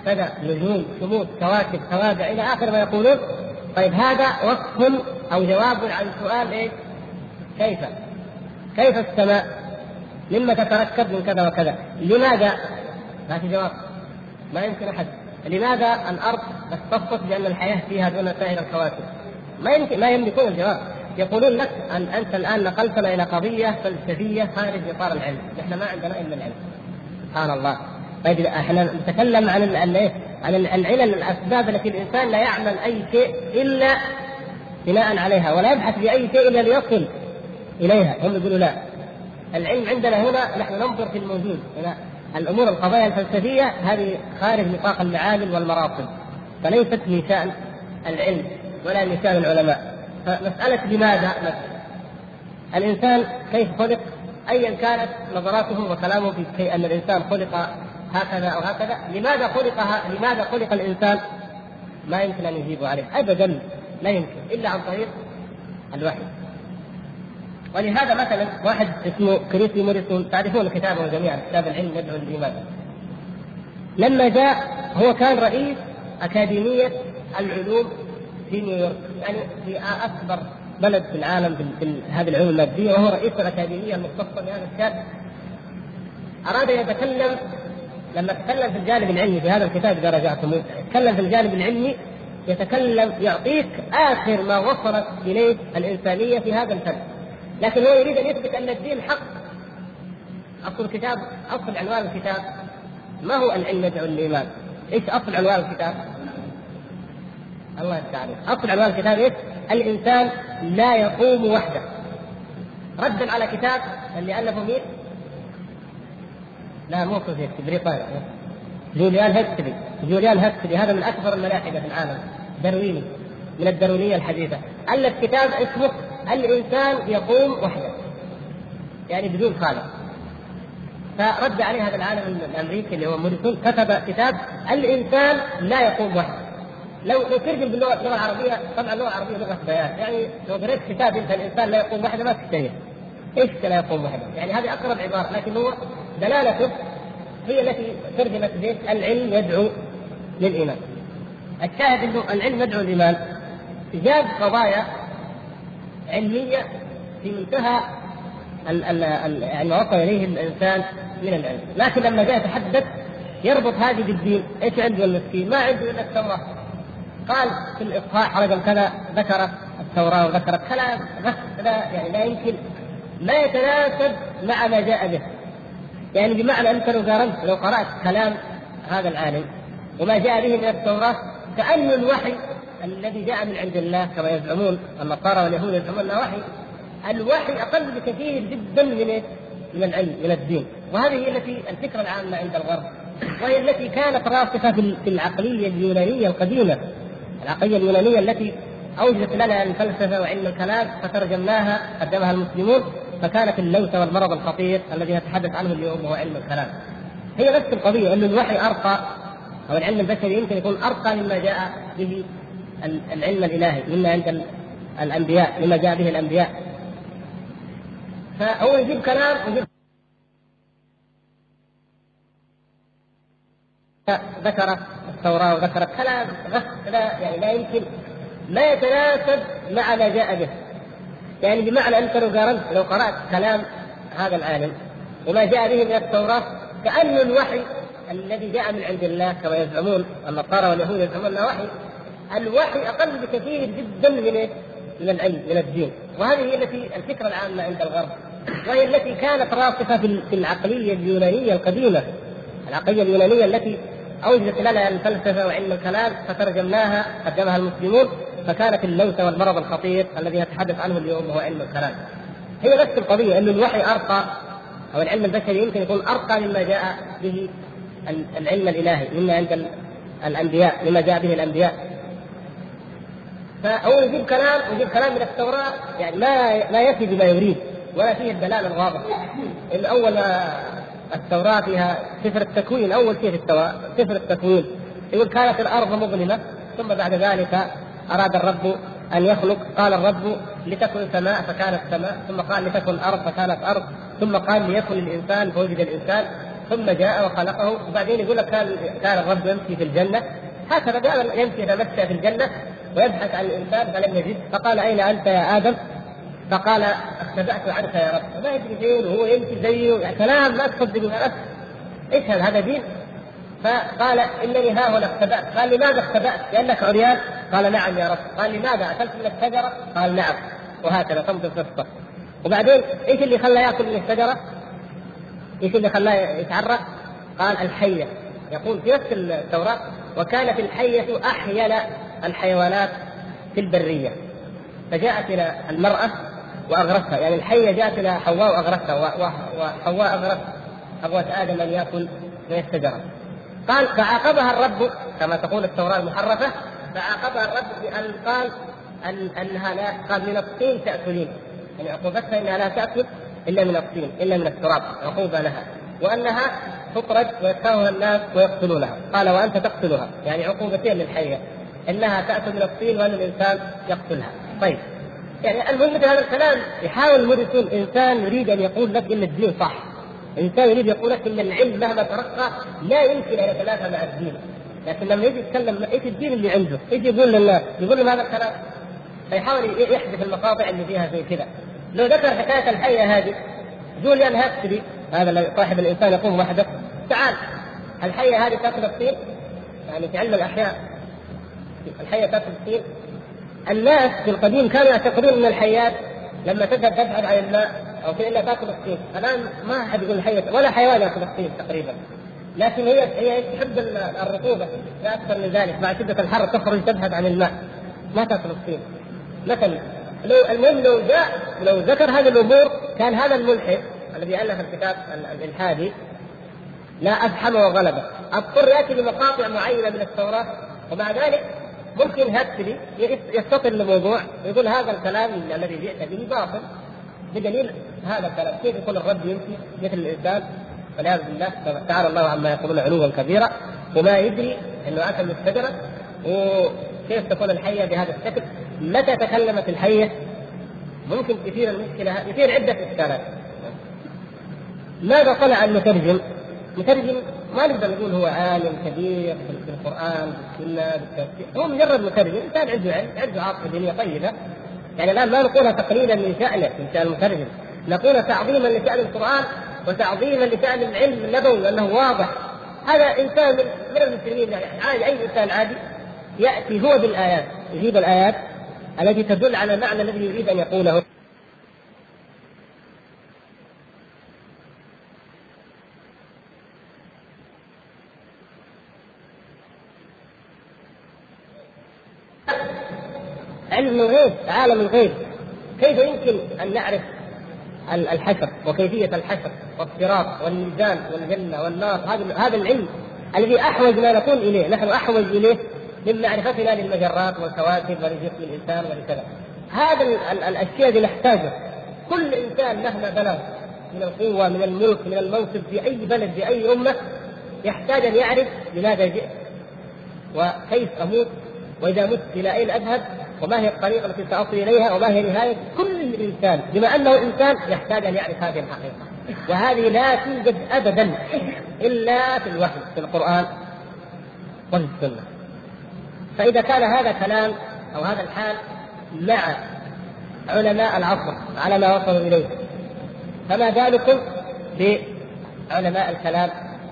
كذا، نجوم، شموس، كواكب، توابع، إلى آخر ما يقولون. طيب هذا وصف أو جواب عن سؤال إيه؟ كيف؟ كيف السماء؟ مما تتركب من كذا وكذا؟ لماذا؟ ما في جواب، ما يمكن أحد. لماذا الأرض اختصت بأن الحياة فيها دون سائر الكواكب؟ ما يمكن، ما يملكون الجواب. يقولون لك أن أنت الآن نقلتنا إلى قضية فلسفية خارج إطار العلم، نحن ما عندنا إلا العلم. سبحان الله. طيب احنا نتكلم عن ال عن العلل، الأسباب التي الإنسان لا يعمل أي شيء إلا بناء عليها، ولا يبحث بأي شيء إلا ليصل إليها. هم يقولوا لا، العلم عندنا هنا نحن ننظر في الموجود، هنا الأمور القضايا الفلسفية هذه خارج نطاق المعامل والمراصد، فليست من شأن العلم ولا من شأن العلماء. فمسألة لماذا مثلا الإنسان كيف خلق، أيا كانت نظراته وكلامه في شيء أن الإنسان خلق هكذا أو هكذا، لماذا خلق لماذا خلق الإنسان؟ ما يمكن أن يجيب عليه أبدا، لا يمكن إلا عن طريق الوحي. ولهذا مثلا واحد اسمه كريسي موريسون، تعرفون كتابه جميعا، كتاب العلم يدعو للإيمان، لما جاء هو كان رئيس أكاديمية العلوم في نيويورك، يعني في أكبر بلد في العالم في هذه العلوم المادية، وهو رئيس الأكاديمية المختصة بهذا الشأن. أراد أن يتكلم، لما تكلم في الجانب العلمي في هذا الكتاب إذا رجعتم، يتكلم في الجانب العلمي، يتكلم يعطيك آخر ما وصلت إليه الإنسانية في هذا الفن، لكن هو يريد أن يثبت أن الدين حق. أصل الكتاب، أصل عنوان الكتاب ما هو العلم يدعو للإيمان؟ إيش أصل عنوان الكتاب؟ الله يستعان. أصل عنوان الكتاب إيش؟ الإنسان لا يقوم وحده، ردا على كتاب اللي ألفه مين؟ لا مو سوفيتي، بريطانيا، جوليان هكسلي. جوليان هكسلي هذا من أكبر الملاحدة في العالم، دارويني من الداروينية الحديثة، ألف كتاب اسمه الإنسان يقوم وحده، يعني بدون خالق. فرد عليه هذا العالم الأمريكي اللي هو موريسون، كتب كتاب الإنسان لا يقوم وحده. لو لو ترجم باللغة اللغة العربية، طبعا اللغة العربية لغة بيان، يعني لو قريت كتاب أنت الإنسان لا يقوم وحده ما تشتهي. إيش لا يقوم وحده؟ يعني هذه أقرب عبارة، لكن هو دلالته هي التي ترجمت به العلم يدعو للإيمان. الشاهد أنه العلم يدعو للإيمان جاب قضايا علمية في منتهى ال ال ال يعني وصل إليه الإنسان من العلم، لكن لما جاء يتحدث يربط هذه بالدين، إيش عنده المسكين؟ ما عنده إلا التوراة. قال في الإصحاح رقم كذا ذكر التوراة وذكر كلام لا يعني لا يمكن، لا يتناسب مع ما جاء به. يعني بمعنى أنت لو قارنت لو قرأت كلام هذا العالم وما جاء به من التوراة، كأن الوحي الذي جاء من عند الله كما يزعمون النصارى واليهود يزعمون أنه وحي، الوحي أقل بكثير جدا من من العلم من الدين. وهذه هي التي الفكرة العامة عند الغرب، وهي التي كانت راسخة في العقلية اليونانية القديمة، العقلية اليونانية التي أوجدت لنا الفلسفة وعلم الكلام فترجمناها قدمها المسلمون، فكانت اللوثة والمرض الخطير الذي نتحدث عنه اليوم هو علم الكلام. هي نفس القضية، أن الوحي أرقى أو العلم البشري يمكن يكون أرقى مما جاء به العلم الإلهي، مما عند الأنبياء، مما جاء به الأنبياء. فهو يجيب كلام ويجيب ذكر التوراة وذكر كلام لا يعني لا يمكن، لا يتناسب مع ما جاء به. يعني بمعنى أنت لو قارنت لو قرأت كلام هذا العالم وما جاء به من التوراة، كأن الوحي الذي جاء من عند الله كما يزعمون النصارى واليهود يزعمون أنه وحي، الوحي أقل بكثير جدا من من العلم من الدين. وهذه هي التي الفكرة العامة عند الغرب، وهي التي كانت راسخة في العقلية اليونانية القديمة، العقلية اليونانية التي أوجدت لنا الفلسفة وعلم الكلام فترجمناها قدمها المسلمون، فكانت اللوثة والمرض الخطير الذي نتحدث عنه اليوم هو علم الكلام. هي نفس القضية، أن الوحي أرقى أو العلم البشري يمكن يكون أرقى مما جاء به العلم الإلهي، مما عند الأنبياء، مما جاء به الأنبياء. فهو يجيب كلام ويجيب كلام من التوراة يعني ما ما يفي بما يريد ولا فيه الدلالة الواضحة. الأول التوراة فيها سفر التكوين، أول شيء في التوراة سفر التكوين يقول كانت الأرض مظلمة ثم بعد ذلك أراد الرب أن يخلق، قال الرب لتكن سماء فكانت سماء، ثم قال لتكن أرض فكانت أرض، ثم قال ليكن الإنسان فوجد الإنسان. ثم جاء وخلقه، وبعدين يقول لك كان كان الرب يمشي في الجنة، هكذا قال يمشي يتمشى في الجنة ويبحث عن الإنسان فلم يجد، فقال أين أنت يا آدم؟ فقال اختبأت عنك يا رب، ما يدري فين وهو يمشي زيه، يعني كلام ما تصدق. ايش هذا دين؟ فقال انني ها هنا اختبأت. قال لماذا اختبأت؟ لأنك عريان؟ قال نعم يا رب. قال لماذا اكلت من الشجرة؟ قال نعم. وهكذا تمضي القصة. وبعدين ايش اللي خلاه ياكل من الشجرة؟ ايش اللي خلاه يتعرق؟ قال الحية. يقول في نفس التوراة وكانت الحية احيل الحيوانات في البرية، فجاءت الى المرأة واغرتها، يعني الحية جاءت الى حواء واغرتها، وحواء اغرت أبوة آدم أن يأكل من الشجرة. قال فعاقبها الرب كما تقول التوراة المحرفة، فعاقبها الرب بأن قال أن أنها لا، قال من الطين تأكلين، يعني عقوبتها أنها لا تأكل إلا من الطين إلا من التراب، عقوبة لها، وأنها تطرد ويكرهها الناس ويقتلونها. قال وأنت تقتلها، يعني عقوبتين للحية، أنها تأكل من الطين وأن الإنسان يقتلها. طيب يعني المهم هذا الكلام يحاول المدرسون، إنسان يريد أن يقول لك إن الدين صح، إنسان يريد يقول لك إن العلم مهما ترقى لا يمكن أن يتلافى مع الدين، لكن لما يجي يتكلم إيش الدين اللي عنده، يجي يقول للناس يقول لهم هذا الكلام، فيحاول يحذف المقاطع اللي فيها زي كذا. لو ذكر حكاية الحية هذه جوليان هاكسلي هذا صاحب الإنسان يقوم وحده، تعال الحية هذه تأكل الطين، يعني في علم الأحياء الحية تأكل الطين. الناس في القديم كانوا يعتقدون أن الحيات لما تذهب تبحث عن الماء أو كذا إلا تأكل الطين. الآن ما أحد يقول الحية ولا حيوان يأكل الطين تقريبا، لكن هي هي تحب الرطوبة لا أكثر من ذلك، مع شدة الحر تخرج تبحث عن الماء ما تأكل الطين مثلا. لو المهم لو جاء لو ذكر هذه الأمور كان هذا الملحد الذي ألف الكتاب الإلحادي لا أفحم وغلبه، اضطر يأتي بمقاطع معينة من التوراة، ومع ذلك ممكن هاتفلي يستطل الموضوع ويقول هذا الكلام الذي جئت به باطل بدليل هذا الكلام. كيف يكون الرب يمشي مثل الإنسان؟ والعياذ بالله تعالى الله عما يقولون علوا كبيرا، وما يدري أنه أكل من الشجرة. وكيف تكون الحية بهذا الشكل؟ متى تكلمت الحية؟ ممكن يصير المشكلة يصير عدة إشكالات. ماذا طلع المترجم؟ مترجم ما نقدر نقول هو عالم كبير في القرآن بالسنة بالتفسير، هو مجرد مترجم، إنسان عنده علم عنده عاطفة دينية طيبة. يعني الآن ما نقولها تقليلا من شأنه من شأن المترجم، نقولها تعظيما لشأن القرآن وتعظيما لشأن العلم النبوي لأنه واضح. هذا إنسان من المسلمين يعني عادي، أي إنسان عادي يأتي هو بالآيات، يجيب الآيات التي تدل على المعنى الذي يريد أن يقوله. علم الغيب، عالم الغيب، كيف يمكن أن نعرف الحشر وكيفية الحشر والصراط والميزان والجنة والنار؟ هذا هذا العلم الذي أحوج ما نكون إليه، نحن أحوج إليه من معرفتنا للمجرات والكواكب ولجسم الإنسان ولكذا. هذا الأشياء التي نحتاجها كل إنسان مهما بلغ من القوة من الملك من المنصب في أي بلد في أي أمة يحتاج أن يعرف لماذا جئت وكيف أموت وإذا مت إلى أين أذهب وما هي الطريقة التي سأصل إليها وما هي نهاية. كل إنسان بما أنه إنسان يحتاج أن يعرف هذه الحقيقة، وهذه لا توجد أبدا إلا في الوحي في القرآن وفي السنة. فإذا كان هذا كلام أو هذا الحال مع علماء العصر على ما وصلوا إليه، فما بالكم بعلماء الكلام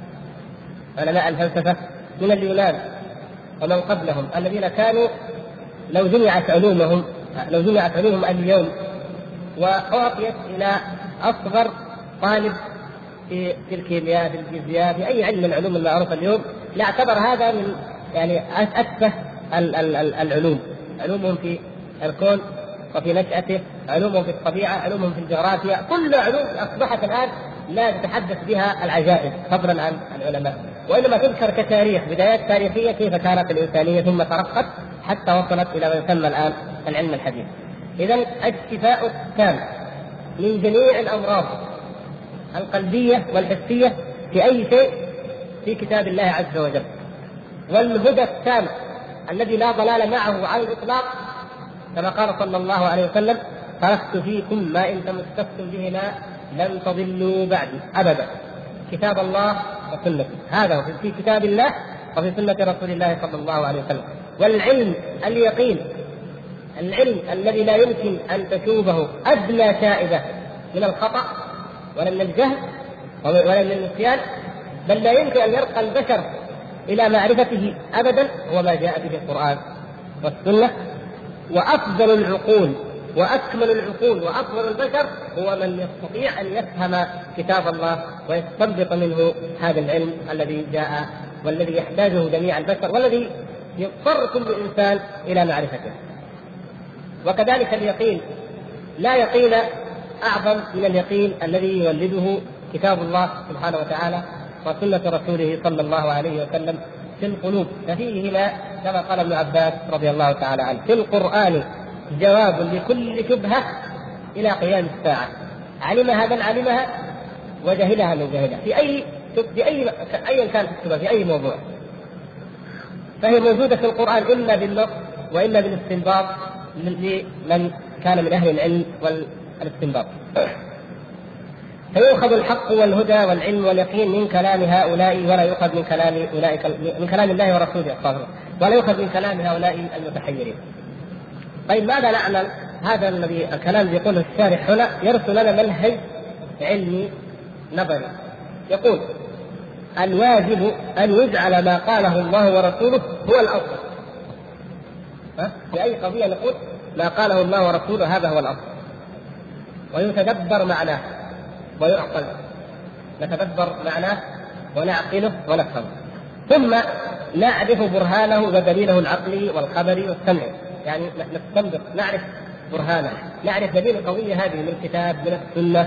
علماء الفلسفة من اليونان ومن قبلهم الذين كانوا لو جمعت علومهم لو جمعت علومهم اليوم وأعطيت إلى أصغر طالب في في الكيمياء في الفيزياء في أي علم من العلوم المعروفة اليوم لاعتبر هذا من يعني أتفه العلوم، علومهم في الكون وفي نشأته، علومهم في الطبيعة، علومهم في الجغرافيا، كل علوم أصبحت الآن لا تتحدث بها العجائز فضلا عن العلماء، وإنما تذكر كتاريخ بدايات تاريخية كيف كانت الإنسانية ثم ترقت حتى وصلت إلى ما يسمى الآن العلم الحديث. إذن الشفاء التام من جميع الأمراض القلبية والحسية في أي شيء في كتاب الله عز وجل، والهدى التام الذي لا ضلال معه على الإطلاق كما قال صلى الله عليه وسلم: تركت فيكم ما إن تمسكتم به لا لن تضلوا بعدي أبدا. كتاب الله وسنته، هذا هو في كتاب الله وفي سنة رسول الله صلى الله عليه وسلم. والعلم اليقين، العلم الذي لا يمكن أن تشوبه أدنى شائبة من الخطأ ولا من الجهل ولا من النسيان، بل لا يمكن أن يرقى البشر إلى معرفته أبدا، هو ما جاء به القرآن والسنة. وأفضل العقول وأكمل العقول وأفضل البشر هو من يستطيع أن يفهم كتاب الله ويستنبط منه هذا العلم الذي جاء والذي يحتاجه جميع البشر والذي يضطر كل إنسان إلى معرفته. وكذلك اليقين، لا يقين أعظم من اليقين الذي يولده كتاب الله سبحانه وتعالى وسنة رسوله صلى الله عليه وسلم في القلوب. ففيهما كما قال ابن عباس رضي الله تعالى عنه: في القرآن جواب لكل شبهة إلى قيام الساعة، علمها من علمها وجهلها من جهلها، في أي في أي أيا كانت الشبهة في أي موضوع، فهي موجودة في القرآن إما بالنص وإما بالاستنباط لمن كان من أهل العلم والاستنباط. فيؤخذ الحق والهدى والعلم واليقين من كلام هؤلاء ولا يؤخذ من كلام أولئك من كلام الله ورسوله ولا يؤخذ من كلام هؤلاء المتحيرين. طيب ماذا نعمل؟ هذا الذي الكلام اللي يقوله الشارح هنا يرسل لنا منهج علمي نظري، يقول: الواجب أن يجعل ما قاله الله ورسوله هو الأصل. في أي قضية نقول ما قاله الله ورسوله هذا هو الأصل، ويتدبر معناه ويعقل، نتدبر معناه ونعقله ونفهمه، ثم نعرف برهانه ودليله العقلي والخبري والسمعي، يعني نستنبط نعرف برهانه، نعرف دليل القضية هذه من الكتاب من السنة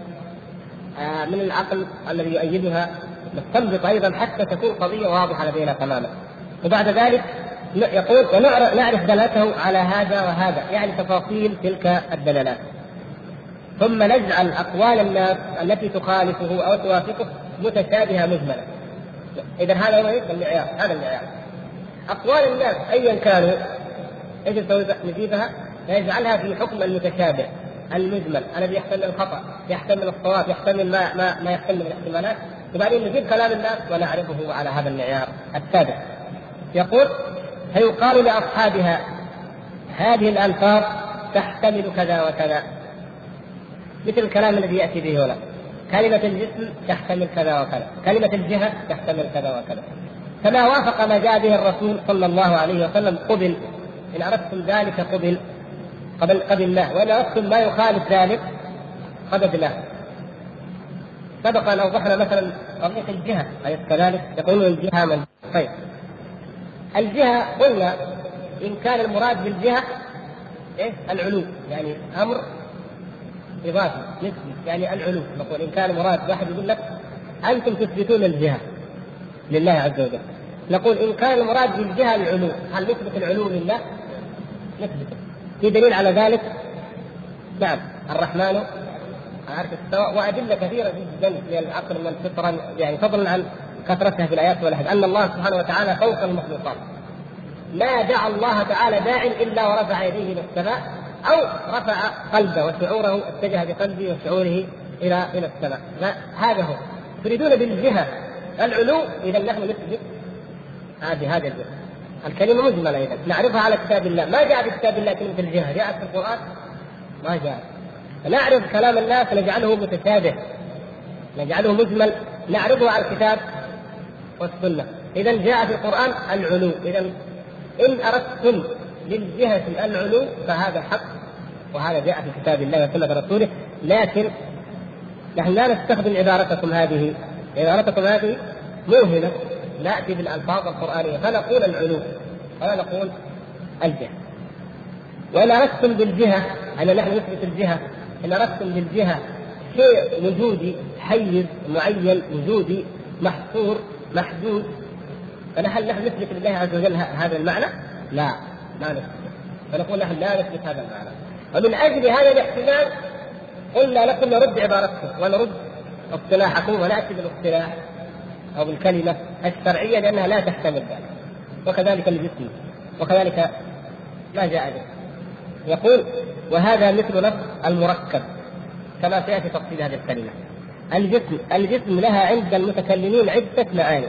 آه من العقل الذي يؤيدها، نستنبط أيضا حتى تكون قضية واضحة لدينا تماما. وبعد ذلك يقول ونعرف دلالته على هذا وهذا، يعني تفاصيل تلك الدلالات، ثم نجعل أقوال الناس التي تخالفه أو توافقه متشابهة مجملة. إذا هذا هو المعيار، هذا المعيار. أقوال الناس أيا كانوا إيش نسوي؟ نجيبها نجعلها في حكم المتشابه المجمل الذي يحتمل الخطأ، يحتمل الصواب، يحتمل ما ما, ما يحتمل من الاحتمالات، وبعدين نجيب كلام الناس ونعرفه على هذا المعيار السابق. يقول: فيقال لأصحابها هذه الألفاظ تحتمل كذا وكذا، مثل الكلام الذي يأتي به هنا: كلمة الجسم تحتمل كذا وكذا، كلمة الجهة تحتمل كذا وكذا، فما وافق ما جاء به الرسول صلى الله عليه وسلم قبل، إن أردتم ذلك قبل قبل قبلناه، وإن أردتم ما يخالف ذلك قبلناه. سبق أن أوضحنا مثلا قضية الجهة، أليس كذلك؟ يقولون الجهة من طيب الجهة قلنا إن كان المراد بالجهة إيه؟ العلو، يعني أمر إضافي نسبي، يعني العلو. نقول إن كان مراد واحد يقول لك أنتم تثبتون الجهة لله عز وجل، نقول إن كان المراد بالجهة العلو، هل نثبت العلو لله؟ نثبت. في دليل على ذلك؟ نعم، الرحمن عارف السواء، وأدلة كثيرة جدا للعقل من الفطرة، يعني فضلا عن كثرتها في الآيات والأحاديث، أن الله سبحانه وتعالى فوق المخلوقات. ما دعا الله تعالى داع إلا ورفع يديه إلى السماء، أو رفع قلبه وشعوره، اتجه بقلبه وشعوره إلى إلى السماء. هذا هو تريدون بالجهة العلو، إذا نحن نثبت هذه هذه الجهة. الكلمة مجملة إذا نعرفها على كتاب الله، ما جاء في كتاب الله كلمة الجهة، جاءت في القرآن ما جاء. نعرف كلام الناس نجعله متشابه، نجعله مجمل، نعرفه على الكتاب والسنة. إذا جاء في القرآن العلو، إذا إن أردتم للجهة العلو فهذا حق، وهذا جاء في كتاب الله وسنة رسوله. لكن نحن لا نستخدم عبارتكم هذه، عبارتكم هذه موهمة، نأتي بالألفاظ القرآنية فنقول العلو ولا نقول الجهة. وإن أردتم بالجهة أن نحن نثبت الجهة، إن أردتم بالجهة شيء وجودي حيز معين وجودي محصور محدود، فنحن نحن نثبت لله عز وجل هذا المعنى؟ لا، لا نثبت. فنقول نحن لا نثبت هذا المعنى. ومن أجل هذا الاحتمال قلنا لكم نرد عبارتكم ونرد اصطلاحكم ونأتي بالاصطلاح أو بالكلمة الشرعية لأنها لا تحتمل ذلك. وكذلك الجسم، وكذلك ما جاء به. يقول: وهذا مثل لفظ المركب، كما سيأتي تفصيل هذه الكلمة. الجسم الجسم لها عند المتكلمين عدة معاني.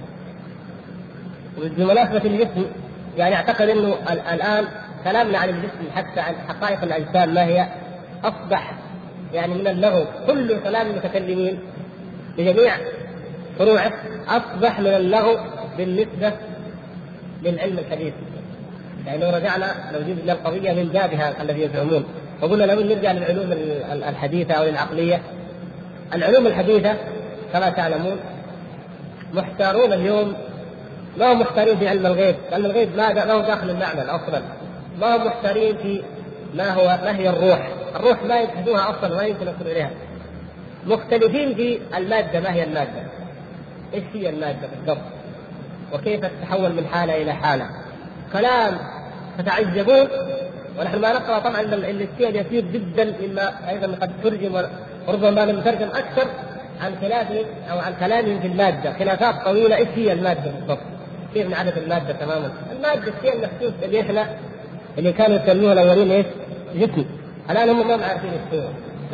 وبمناسبة الجسم يعني أعتقد أنه الآن كلامنا عن الجسم حتى عن حقائق الأجسام ما هي أصبح يعني من اللغو. كل كلام المتكلمين بجميع فروعه أصبح من اللغو بالنسبة للعلم الحديث. يعني لو رجعنا لو جبنا القضية من بابها الذي يزعمون وقلنا لو نرجع للعلوم الحديثة أو للعقلية، العلوم الحديثة كما تعلمون محتارون اليوم، ما هم محتارين في علم الغيب، علم الغيب ما ما هو داخل المعمل أصلا، ما هم محتارين في ما هو ما هي الروح، الروح ما يجحدوها أصلا ولا يمكن يصل إليها. مختلفين في المادة، ما هي المادة، إيش هي المادة بالضبط، وكيف تتحول من حالة إلى حالة. كلام تتعجبون، ونحن ما نقرأ طبعا الاجتهاد يسير جدا مما أيضا قد ترجم وربما لم ترجم أكثر عن خلافهم أو عن كلامهم في المادة، خلافات طويلة. إيش هي المادة بالضبط؟ كيف نعرف المادة تماما؟ المادة الشيء المحسوس اللي إحنا اللي كانوا يسموه الأولين إيش؟ جسم. الآن هم ما عارفين إيش هو،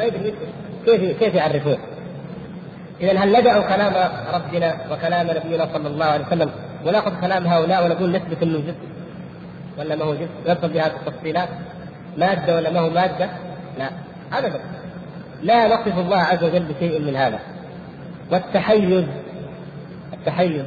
كيف كيف يعرفوه؟ إذا هل ندع كلام ربنا وكلام نبينا صلى الله عليه وسلم ونأخذ كلام هؤلاء ونقول نثبت إنه جسم ولا ما هو جسم؟ ندخل بهذه التفصيلات، مادة ولا ما هو مادة؟ لا أبدا، لا نصف الله عز وجل بشيء من هذا. والتحيز التحيز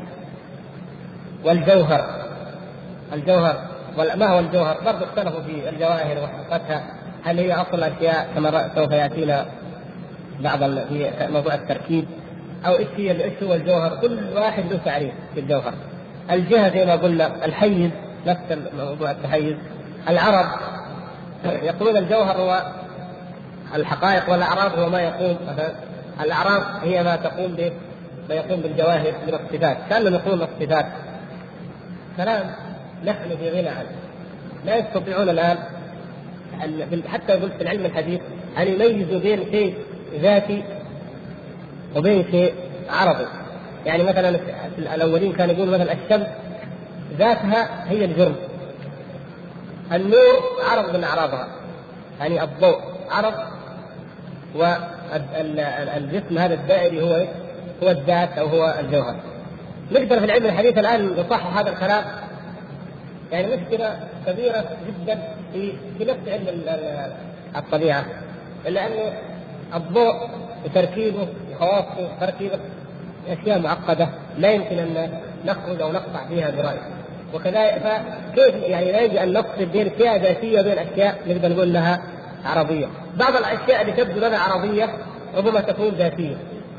والجوهر الجوهر ما هو الجوهر؟ برضو اختلفوا في الجواهر وحقيقتها، هل هي أصل الأشياء كما سوف يأتينا بعض في موضوع التركيب، أو إيش هي إيش هو الجوهر؟ كل واحد له تعريف في الجوهر. الجهة زي ما قلنا، الحيز نفس موضوع التحيز. العرب يقولون الجوهر هو الحقائق، والأعراض هو ما يقوم مثلا الأعراض هي ما تقوم به ما يقوم بالجواهر من الصفات، كانوا يقولون الصفات. كلام نحن في غنى عنه، لا يستطيعون الآن حتى قلت في العلم الحديث أن يميزوا بين شيء ذاتي وبين شيء عرضي. يعني مثلا الأولين كانوا يقولوا مثلا الشمس ذاتها هي الجرم، النور عرض من أعراضها، يعني الضوء عرض، والجسم هذا الدائري هو هو الذات أو هو الجوهر. نقدر في العلم الحديث الآن نصحح هذا الكلام، يعني مشكلة كبيرة جدا في في نفس علم الطبيعة، إلا أن الضوء وتركيبه وخواصه تركيبه أشياء معقدة لا يمكن أن نخرج أو نقطع فيها برأي. وكذلك فكيف يعني لا يجب أن نفصل بين أشياء ذاتية وبين أشياء نقدر نقول لها عرضية. بعض الأشياء اللي تبدو لنا عرضية ربما تكون ذاتية،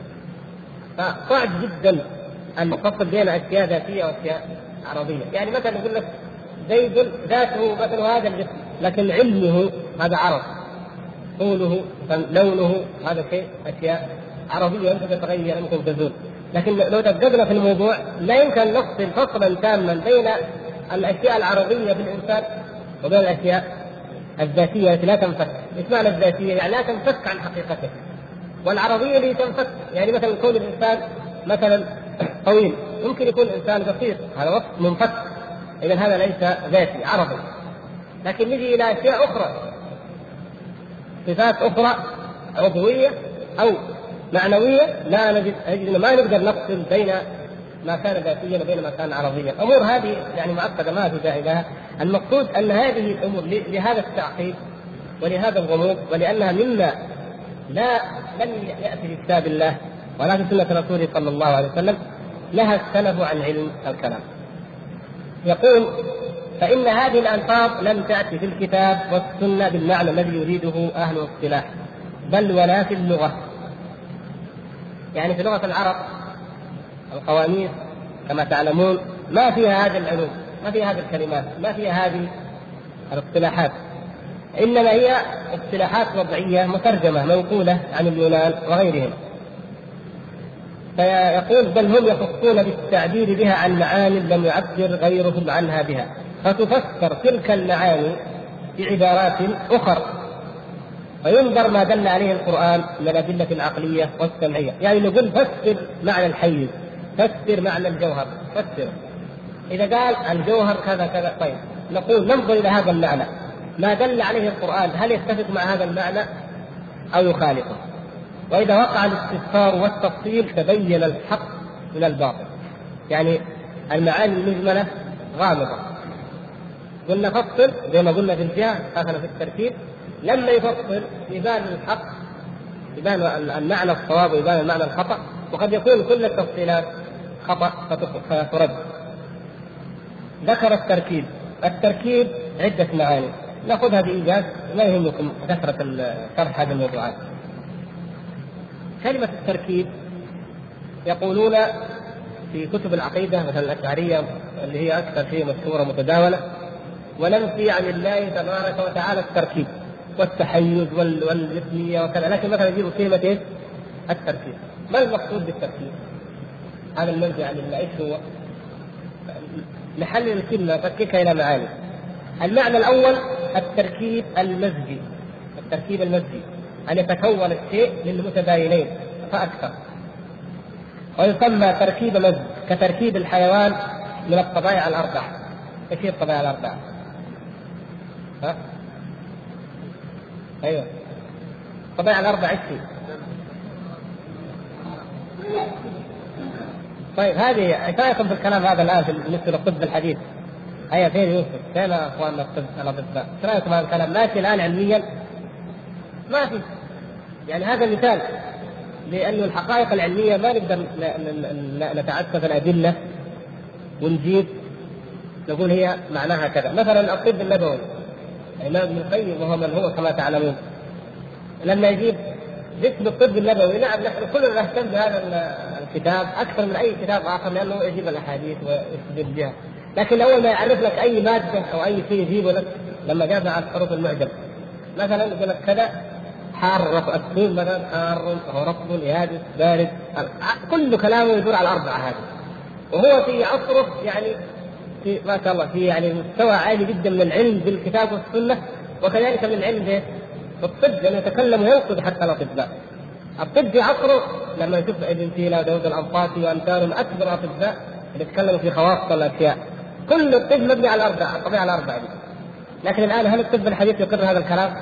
فصعب جدا أن نفصل بين أشياء ذاتية وأشياء عرضية. يعني مثلا يقول لك زيد ذاته مثلا هذا الجسم، لكن علمه هذا عرض، طوله لونه هذا شيء أشياء عرضية يمكن تتغير يمكن تزول. لكن لو دققنا في الموضوع لا يمكن أن نفصل فصلا تاما بين الأشياء العرضية بالإنسان وبين الأشياء الذاتية التي لا تنفك. إيش معنى الذاتية؟ يعني لا تنفك عن حقيقته، والعرضية اللي تنفك. يعني مثلا يكون الإنسان مثلا طويل، ممكن يكون إنسان قصير، هذا وصف منفك، إذن هذا ليس ذاتي عرضي. لكن نجي إلى أشياء أخرى، صفات أخرى عضوية أو معنوية، لا نجد ما نقدر نفصل بين ما كان ذاتيا وبين ما كان عرضيا. أمور هذه يعني معقدة ما في داعي لها. المقصود أن هذه الأمور لهذا التعقيد ولهذا الغموض، ولأنها مما لا لم يأتي في كتاب الله ولا في سنة رسوله صلى الله عليه وسلم، لها السلف عن علم الكلام. يقول: فإن هذه الألفاظ لم تأتي في الكتاب والسنة بالمعنى الذي يريده أهل الاصطلاح، بل ولا في اللغة. يعني في لغة العرب القواميس كما تعلمون ما فيها هذه العلوم، ما فيها هذه الكلمات، ما فيها هذه الاصطلاحات، إنما هي اصطلاحات وضعية مترجمة منقولة عن اليونان وغيرهم. فيقول: بل هم يخصون بالتعبير بها عن معاني لم يعبر غيرهم عنها بها، فتفسر تلك المعاني بعبارات أخرى، وينظر ما دل عليه القرآن من الأدلة العقلية والسمعية. يعني نقول فسر معنى الحيز، فسر معنى الجوهر، فسر. إذا قال الجوهر كذا كذا، طيب نقول ننظر إلى هذا المعنى، ما دل عليه القرآن هل يتفق مع هذا المعنى أو يخالفه؟ وإذا وقع الاستفسار والتفصيل تبين الحق من الباطل. يعني المعاني المجملة غامضة، قلنا فصل زي ما قلنا في الجهة هكذا في التركيب، لما يفصل يبان الحق، يبان المعنى الصواب ويبان المعنى الخطأ، وقد يكون كل التفصيلات خطأ فترد. ذكر التركيب. التركيب عدة معاني نأخذها بإيجاز، ما يهمكم كثرة شرح هذه الموضوعات. كلمة التركيب يقولون في كتب العقيدة مثل الأشعرية اللي هي أكثر شيء مشهورة متداولة، وننفي عن الله تبارك وتعالى التركيب والتحيز والإثنية وكذا، لكن مثلا يجيبوا كلمة إيه؟ التركيب. ما المقصود بالتركيب؟ هذا المنفي عن الله إيش هو؟ نحلل الكلمة نفككها إلى معاني. المعنى الأول التركيب المزجي، التركيب المزجي أن يتكون الشيء للمتباينين فأكثر، ويسمى تركيب مزج كتركيب الحيوان من الطبائع الأربع. إيش هي الطبائع الأربع؟ ها؟ أيوه الطبائع الأربع إيش هي؟ طيب هذه ايش رايكم في الكلام هذا الان بالنسبه للطب الحديث؟ هيا فين يوسف؟ فين اخواننا الطب الاطباء؟ ايش رايكم هذا الكلام؟ ماشي الان علميا؟ ما في. يعني هذا مثال لانه الحقائق العلميه ما نقدر نتعسف الادله ونجيب نقول هي معناها كذا. مثلا الطب النبوي الامام ابن القيم وهو من هو كما تعلمون، لما يجيب ذكر الطب النبوي، نعم نحن كلنا نهتم بهذا الكتاب اكثر من اي كتاب اخر لانه يجيب الاحاديث ويستدل بها، لكن اول ما يعرف لك اي ماده او اي شيء يجيبه لك لما جاب على الحروف المعجم مثلا يقول لك كذا حار رفع الثوم مثلا حار وهو رطب يابس بارد، كل كلامه يدور على الاربعه هذه، وهو في عصره يعني في ما شاء الله في يعني مستوى عالي جدا من العلم بالكتاب والسنه، وكذلك من العلم به الطب لأنه يتكلم وينقد حتى الأطباء. الطب في عصره لما يشوف ابن سينا وداود الأنطاكي وأمثالهم أكبر الأطباء اللي يتكلموا في خواص الأشياء، كل الطب مبني على الأربعة الطبيعة الأربعة دي. لكن الآن هل الطب الحديث يقر هذا الكلام؟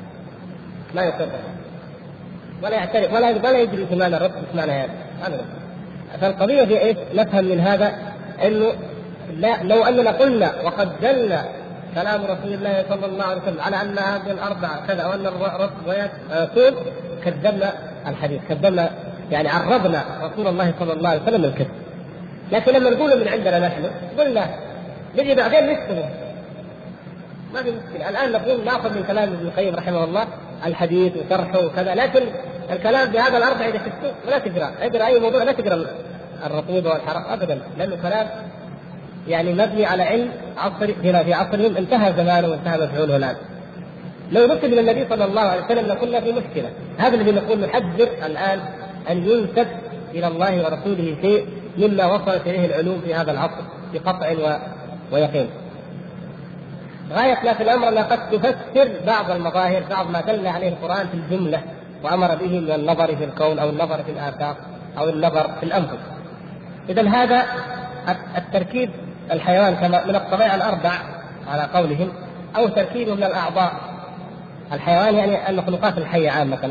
لا يقر ولا يعترف ولا ولا يدري في معنى الرب في معنى هذا أبدا. فالقضية في إيش؟ نفهم من هذا إنه لا لو أننا قلنا وقد دل كلام رسول الله صلى الله عليه وسلم على أن هذه الأربعة كذا وأن الرب ويقول كذبنا الحديث، كذبنا يعني عرضنا رسول الله صلى الله عليه وسلم الكذب. لكن لما نقول من عندنا نحن قلنا نجي بعدين نكتبه ما في مشكلة. الآن نقول نأخذ من كلام ابن القيم رحمه الله الحديث وشرحه وكذا، لكن الكلام بهذا الأربعة إذا كتبته ولا تقرأ اقرأ أي موضوع، لا تقرأ الرطوبة والحرارة أبدا، لأنه كلام يعني مبني على علم عصر هنا في عصرهم انتهى زمانه وانتهى مفعوله الآن. لو نسب إلى النبي صلى الله عليه وسلم لكنا في مشكلة. هذا الذي نقول نحذر الآن أن ينسب إلى الله ورسوله شيء مما وصلت إليه العلوم في هذا العصر بقطع و... ويقين. غاية ما في الأمر أنها قد تفسر بعض المظاهر، بعض ما دل عليه القرآن في الجملة وأمر به من النظر في الكون أو النظر في الآفاق أو النظر في الأنفس. إذن هذا التركيب الحيوان كما من الطبائع الأربع على قولهم، أو تركيبه من الأعضاء الحيوان يعني المخلوقات الحية عامة.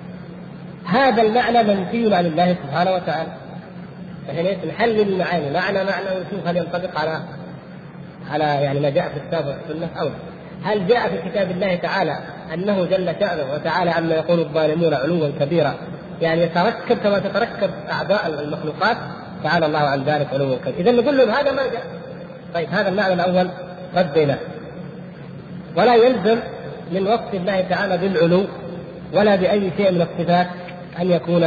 هذا المعنى منفي عن الله سبحانه وتعالى. فهنا نحلل المعاني معنى معنى ونشوف هل ينطبق على على يعني ما جاء في الكتاب والسنة أو لا. هل جاء في كتاب الله تعالى أنه جل شأنه وتعالى عما يقول الظالمون علوا كبيرا، يعني يتركب كما تتركب أعضاء المخلوقات، تعالى الله عن ذلك علوا كبيرا. إذا نقول لهم هذا ما جاء. طيب هذا المعنى الأول رديناه. ولا يلزم من وصف الله تعالى بالعلو ولا بأي شيء من الصفات أن يكون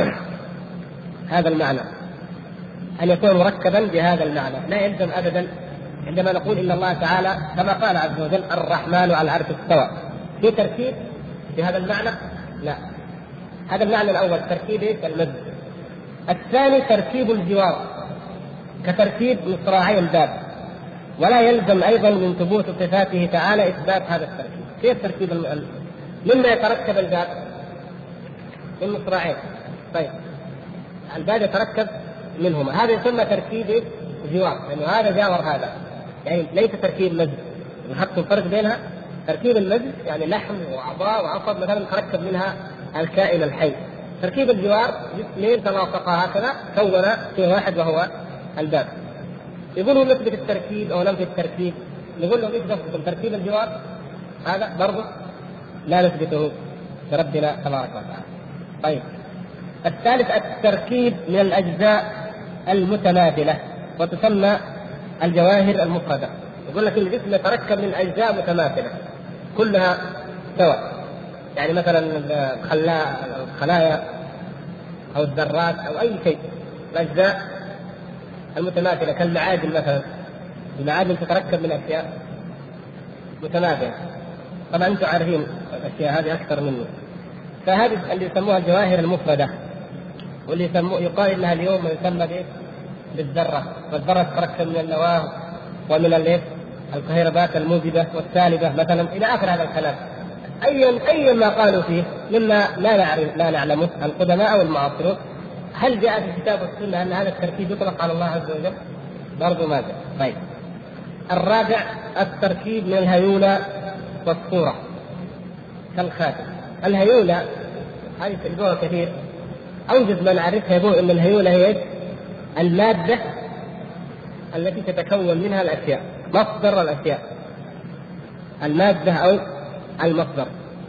هذا المعنى أن يكون مركبا بهذا المعنى، لا يلزم أبدا. عندما نقول إن الله تعالى كما قال عز وجل الرحمن على العرش استوى، في تركيب بهذا المعنى؟ لا. هذا المعنى الأول تركيب المد. الثاني تركيب الجوار كتركيب مصراعي الباب، ولا يلزم أيضا من ثبوت صفاته تعالى إثبات هذا التركيب. كيف تركيب الم... مما يتركب الباب؟ من مصراعين. طيب الباب يتركب منهما، هذا يسمى تركيب جوار لأنه يعني هذا جاور هذا، يعني ليس تركيب مزج. نحط الفرق بينها. تركيب المزج يعني لحم وأعضاء وعصب مثلا تركب منها الكائن الحي، تركيب الجوار جسمين تلاصقا هكذا كون شيء واحد وهو الباب. يقولوا نثبت التركيب أو ننفي التركيب، نقول لهم إيش قصدكم تركيب الجوار؟ هذا برضه لا نثبته بربنا تبارك وتعالى. طيب الثالث التركيب من الأجزاء المتماثلة وتسمى الجواهر المفردة. يقول لك الجسم يتركب من أجزاء متماثلة كلها سواء، يعني مثلا الخلايا أو الذرات أو أي شيء، الأجزاء المتماثلة كالمعادن مثلا، المعادن تتركب من أشياء متماثلة. طبعا أنتم عارفين الأشياء هذه أكثر منه. فهذه اللي يسموها الجواهر المفردة، واللي يسموه يقال إنها اليوم يسمى بالذرة، والذرة تتركب من النواة ومن الايه الكهرباءات الموجبة والسالبة مثلا إلى آخر هذا الكلام. أيا أيا ما قالوا فيه مما لا نعرف لا نعلمه القدماء أو المعاصرون، هل جاء في الكتاب والسنة أن هذا التركيب يطلق على الله عز وجل؟ برضو ما جاء. طيب الرابع التركيب من الهيولة والصورة كالخاتم. الهيولة هذه تلقوها كثير، أوجد ما نعرفها يقول إن الهيولة هي المادة التي تتكون منها الأشياء، مصدر الأشياء، المادة أو المصدر.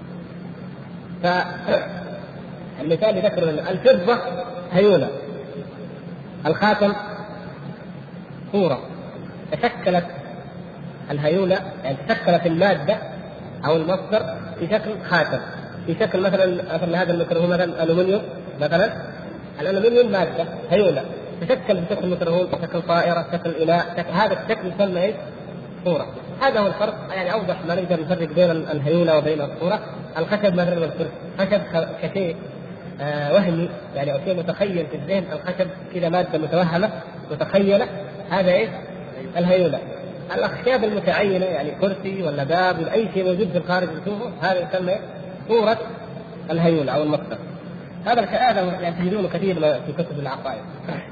فالمثال ذكر الفضة هيولة، الخاتم صورة. تشكلت الهيولة يعني تشكلت المادة أو المصدر في شكل خاتم، في شكل مثلا مثلا هذا الميكروفون مثلا ألومنيوم مثلا، الألومنيوم مادة هيولة تشكل بشكل ميكروفون، شكل طائرة، شكل إناء، شكل هذا الشكل يسمى إيش؟ صورة. هذا هو الفرق، يعني أوضح ما نقدر نفرق بين الهيولة وبين الصورة. الخشب مثلا والكرسي، خشب كشيء آه وهمي يعني أو شيء متخيل في الذهن، الخشب كذا مادة متوهمة متخيلة، هذا إيش؟ الهيولة. الأخشاب المتعينة يعني كرسي ولا باب ولا أي شيء موجود في الخارج نشوفه، هذا يسمى صورة الهيولة أو المصدر. هذا هذا يعني تجدونه كثير في كتب العقائد.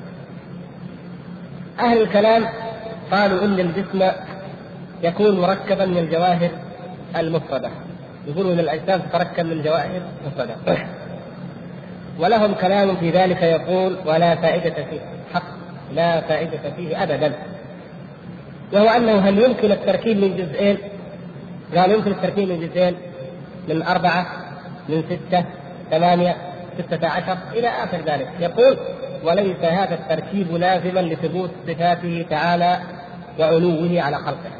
أهل الكلام قالوا إن الجسم يكون مركبا من الجواهر المفردة، يقولوا إن الأجسام تتركب من جواهر مفردة، ولهم كلام في ذلك يقول ولا فائدة فيه، حق لا فائدة فيه أبدا. وهو أنه هل يمكن التركيب من جزئين؟ قال يمكن التركيب من جزئين، من أربعة، من ستة، ثمانية، ستة عشر إلى آخر ذلك. يقول وليس هذا التركيب لازما لثبوت صفاته تعالى وعلوه على خلقه.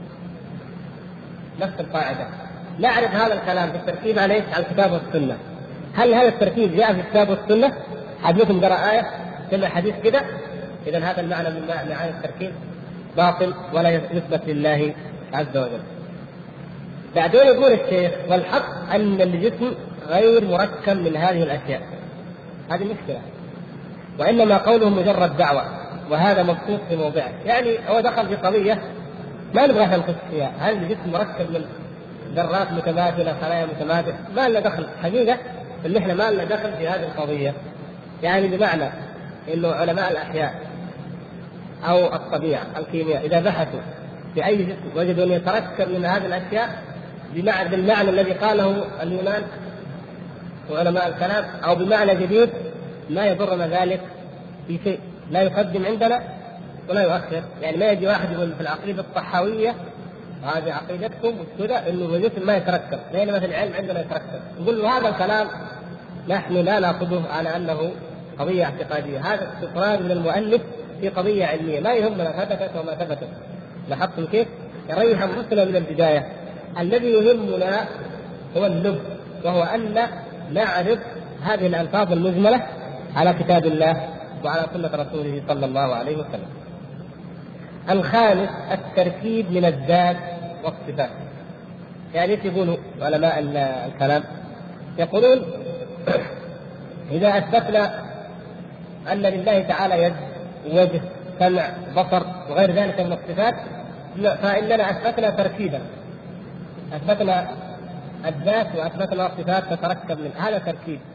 نفس القاعدة. نعرف هذا الكلام في التركيب عليه على الكتاب والسنة. هل هذا التركيب جاء في الكتاب والسنة؟ حديثكم قرأ آية سمع حديث كذا، إذا هذا المعنى من معاني التركيب باطل ولا يثبت لله عز وجل. بعدين يقول الشيخ والحق أن الجسم غير مركب من هذه الأشياء. هذه مشكلة، وإنما قوله مجرد دعوة، وهذا مبسوط في موضعه. يعني هو دخل في قضية ما نبغى ننقص فيها، هل الجسم مركب من ذرات متماثلة، خلايا متماثلة؟ ما لنا دخل حقيقة، إن إحنا ما لنا دخل في هذه القضية. يعني بمعنى إنه علماء الأحياء أو الطبيعة الكيمياء إذا بحثوا في أي جسم وجدوا أن يتركب من هذه الأشياء بمعنى بالمعنى الذي قاله اليونان وعلماء الكلام أو بمعنى جديد، ما يضرنا ذلك في شيء، لا يقدم عندنا ولا يؤخر. يعني ما يجي واحد يقول في العقيدة الطحاوية هذه عقيدتكم وكذا إنه الجسم ما يتركب، لأن مثلا العلم عندنا يتركب. نقول له هذا الكلام نحن لا نأخذه على أنه قضية اعتقادية، هذا استطراد من المؤلف في قضية علمية، ما يهمنا ثبتت وما ثبتت. لاحظتم كيف؟ يريح أنفسنا من البداية. الذي يهمنا هو اللب، وهو أن نعرف هذه الألفاظ المجملة على كتاب الله وعلى سنة رسوله صلى الله عليه وسلم. الخامس التركيب من الذات والصفات. يعني يقولوا علماء الكلام يقولون إذا أثبتنا أن لله تعالى يد، وجه، سمع، بصر وغير ذلك من الصفات، فإننا أثبتنا تركيبا، أثبتنا الذات وأثبتنا الصفات تتركب من هذا تركيب.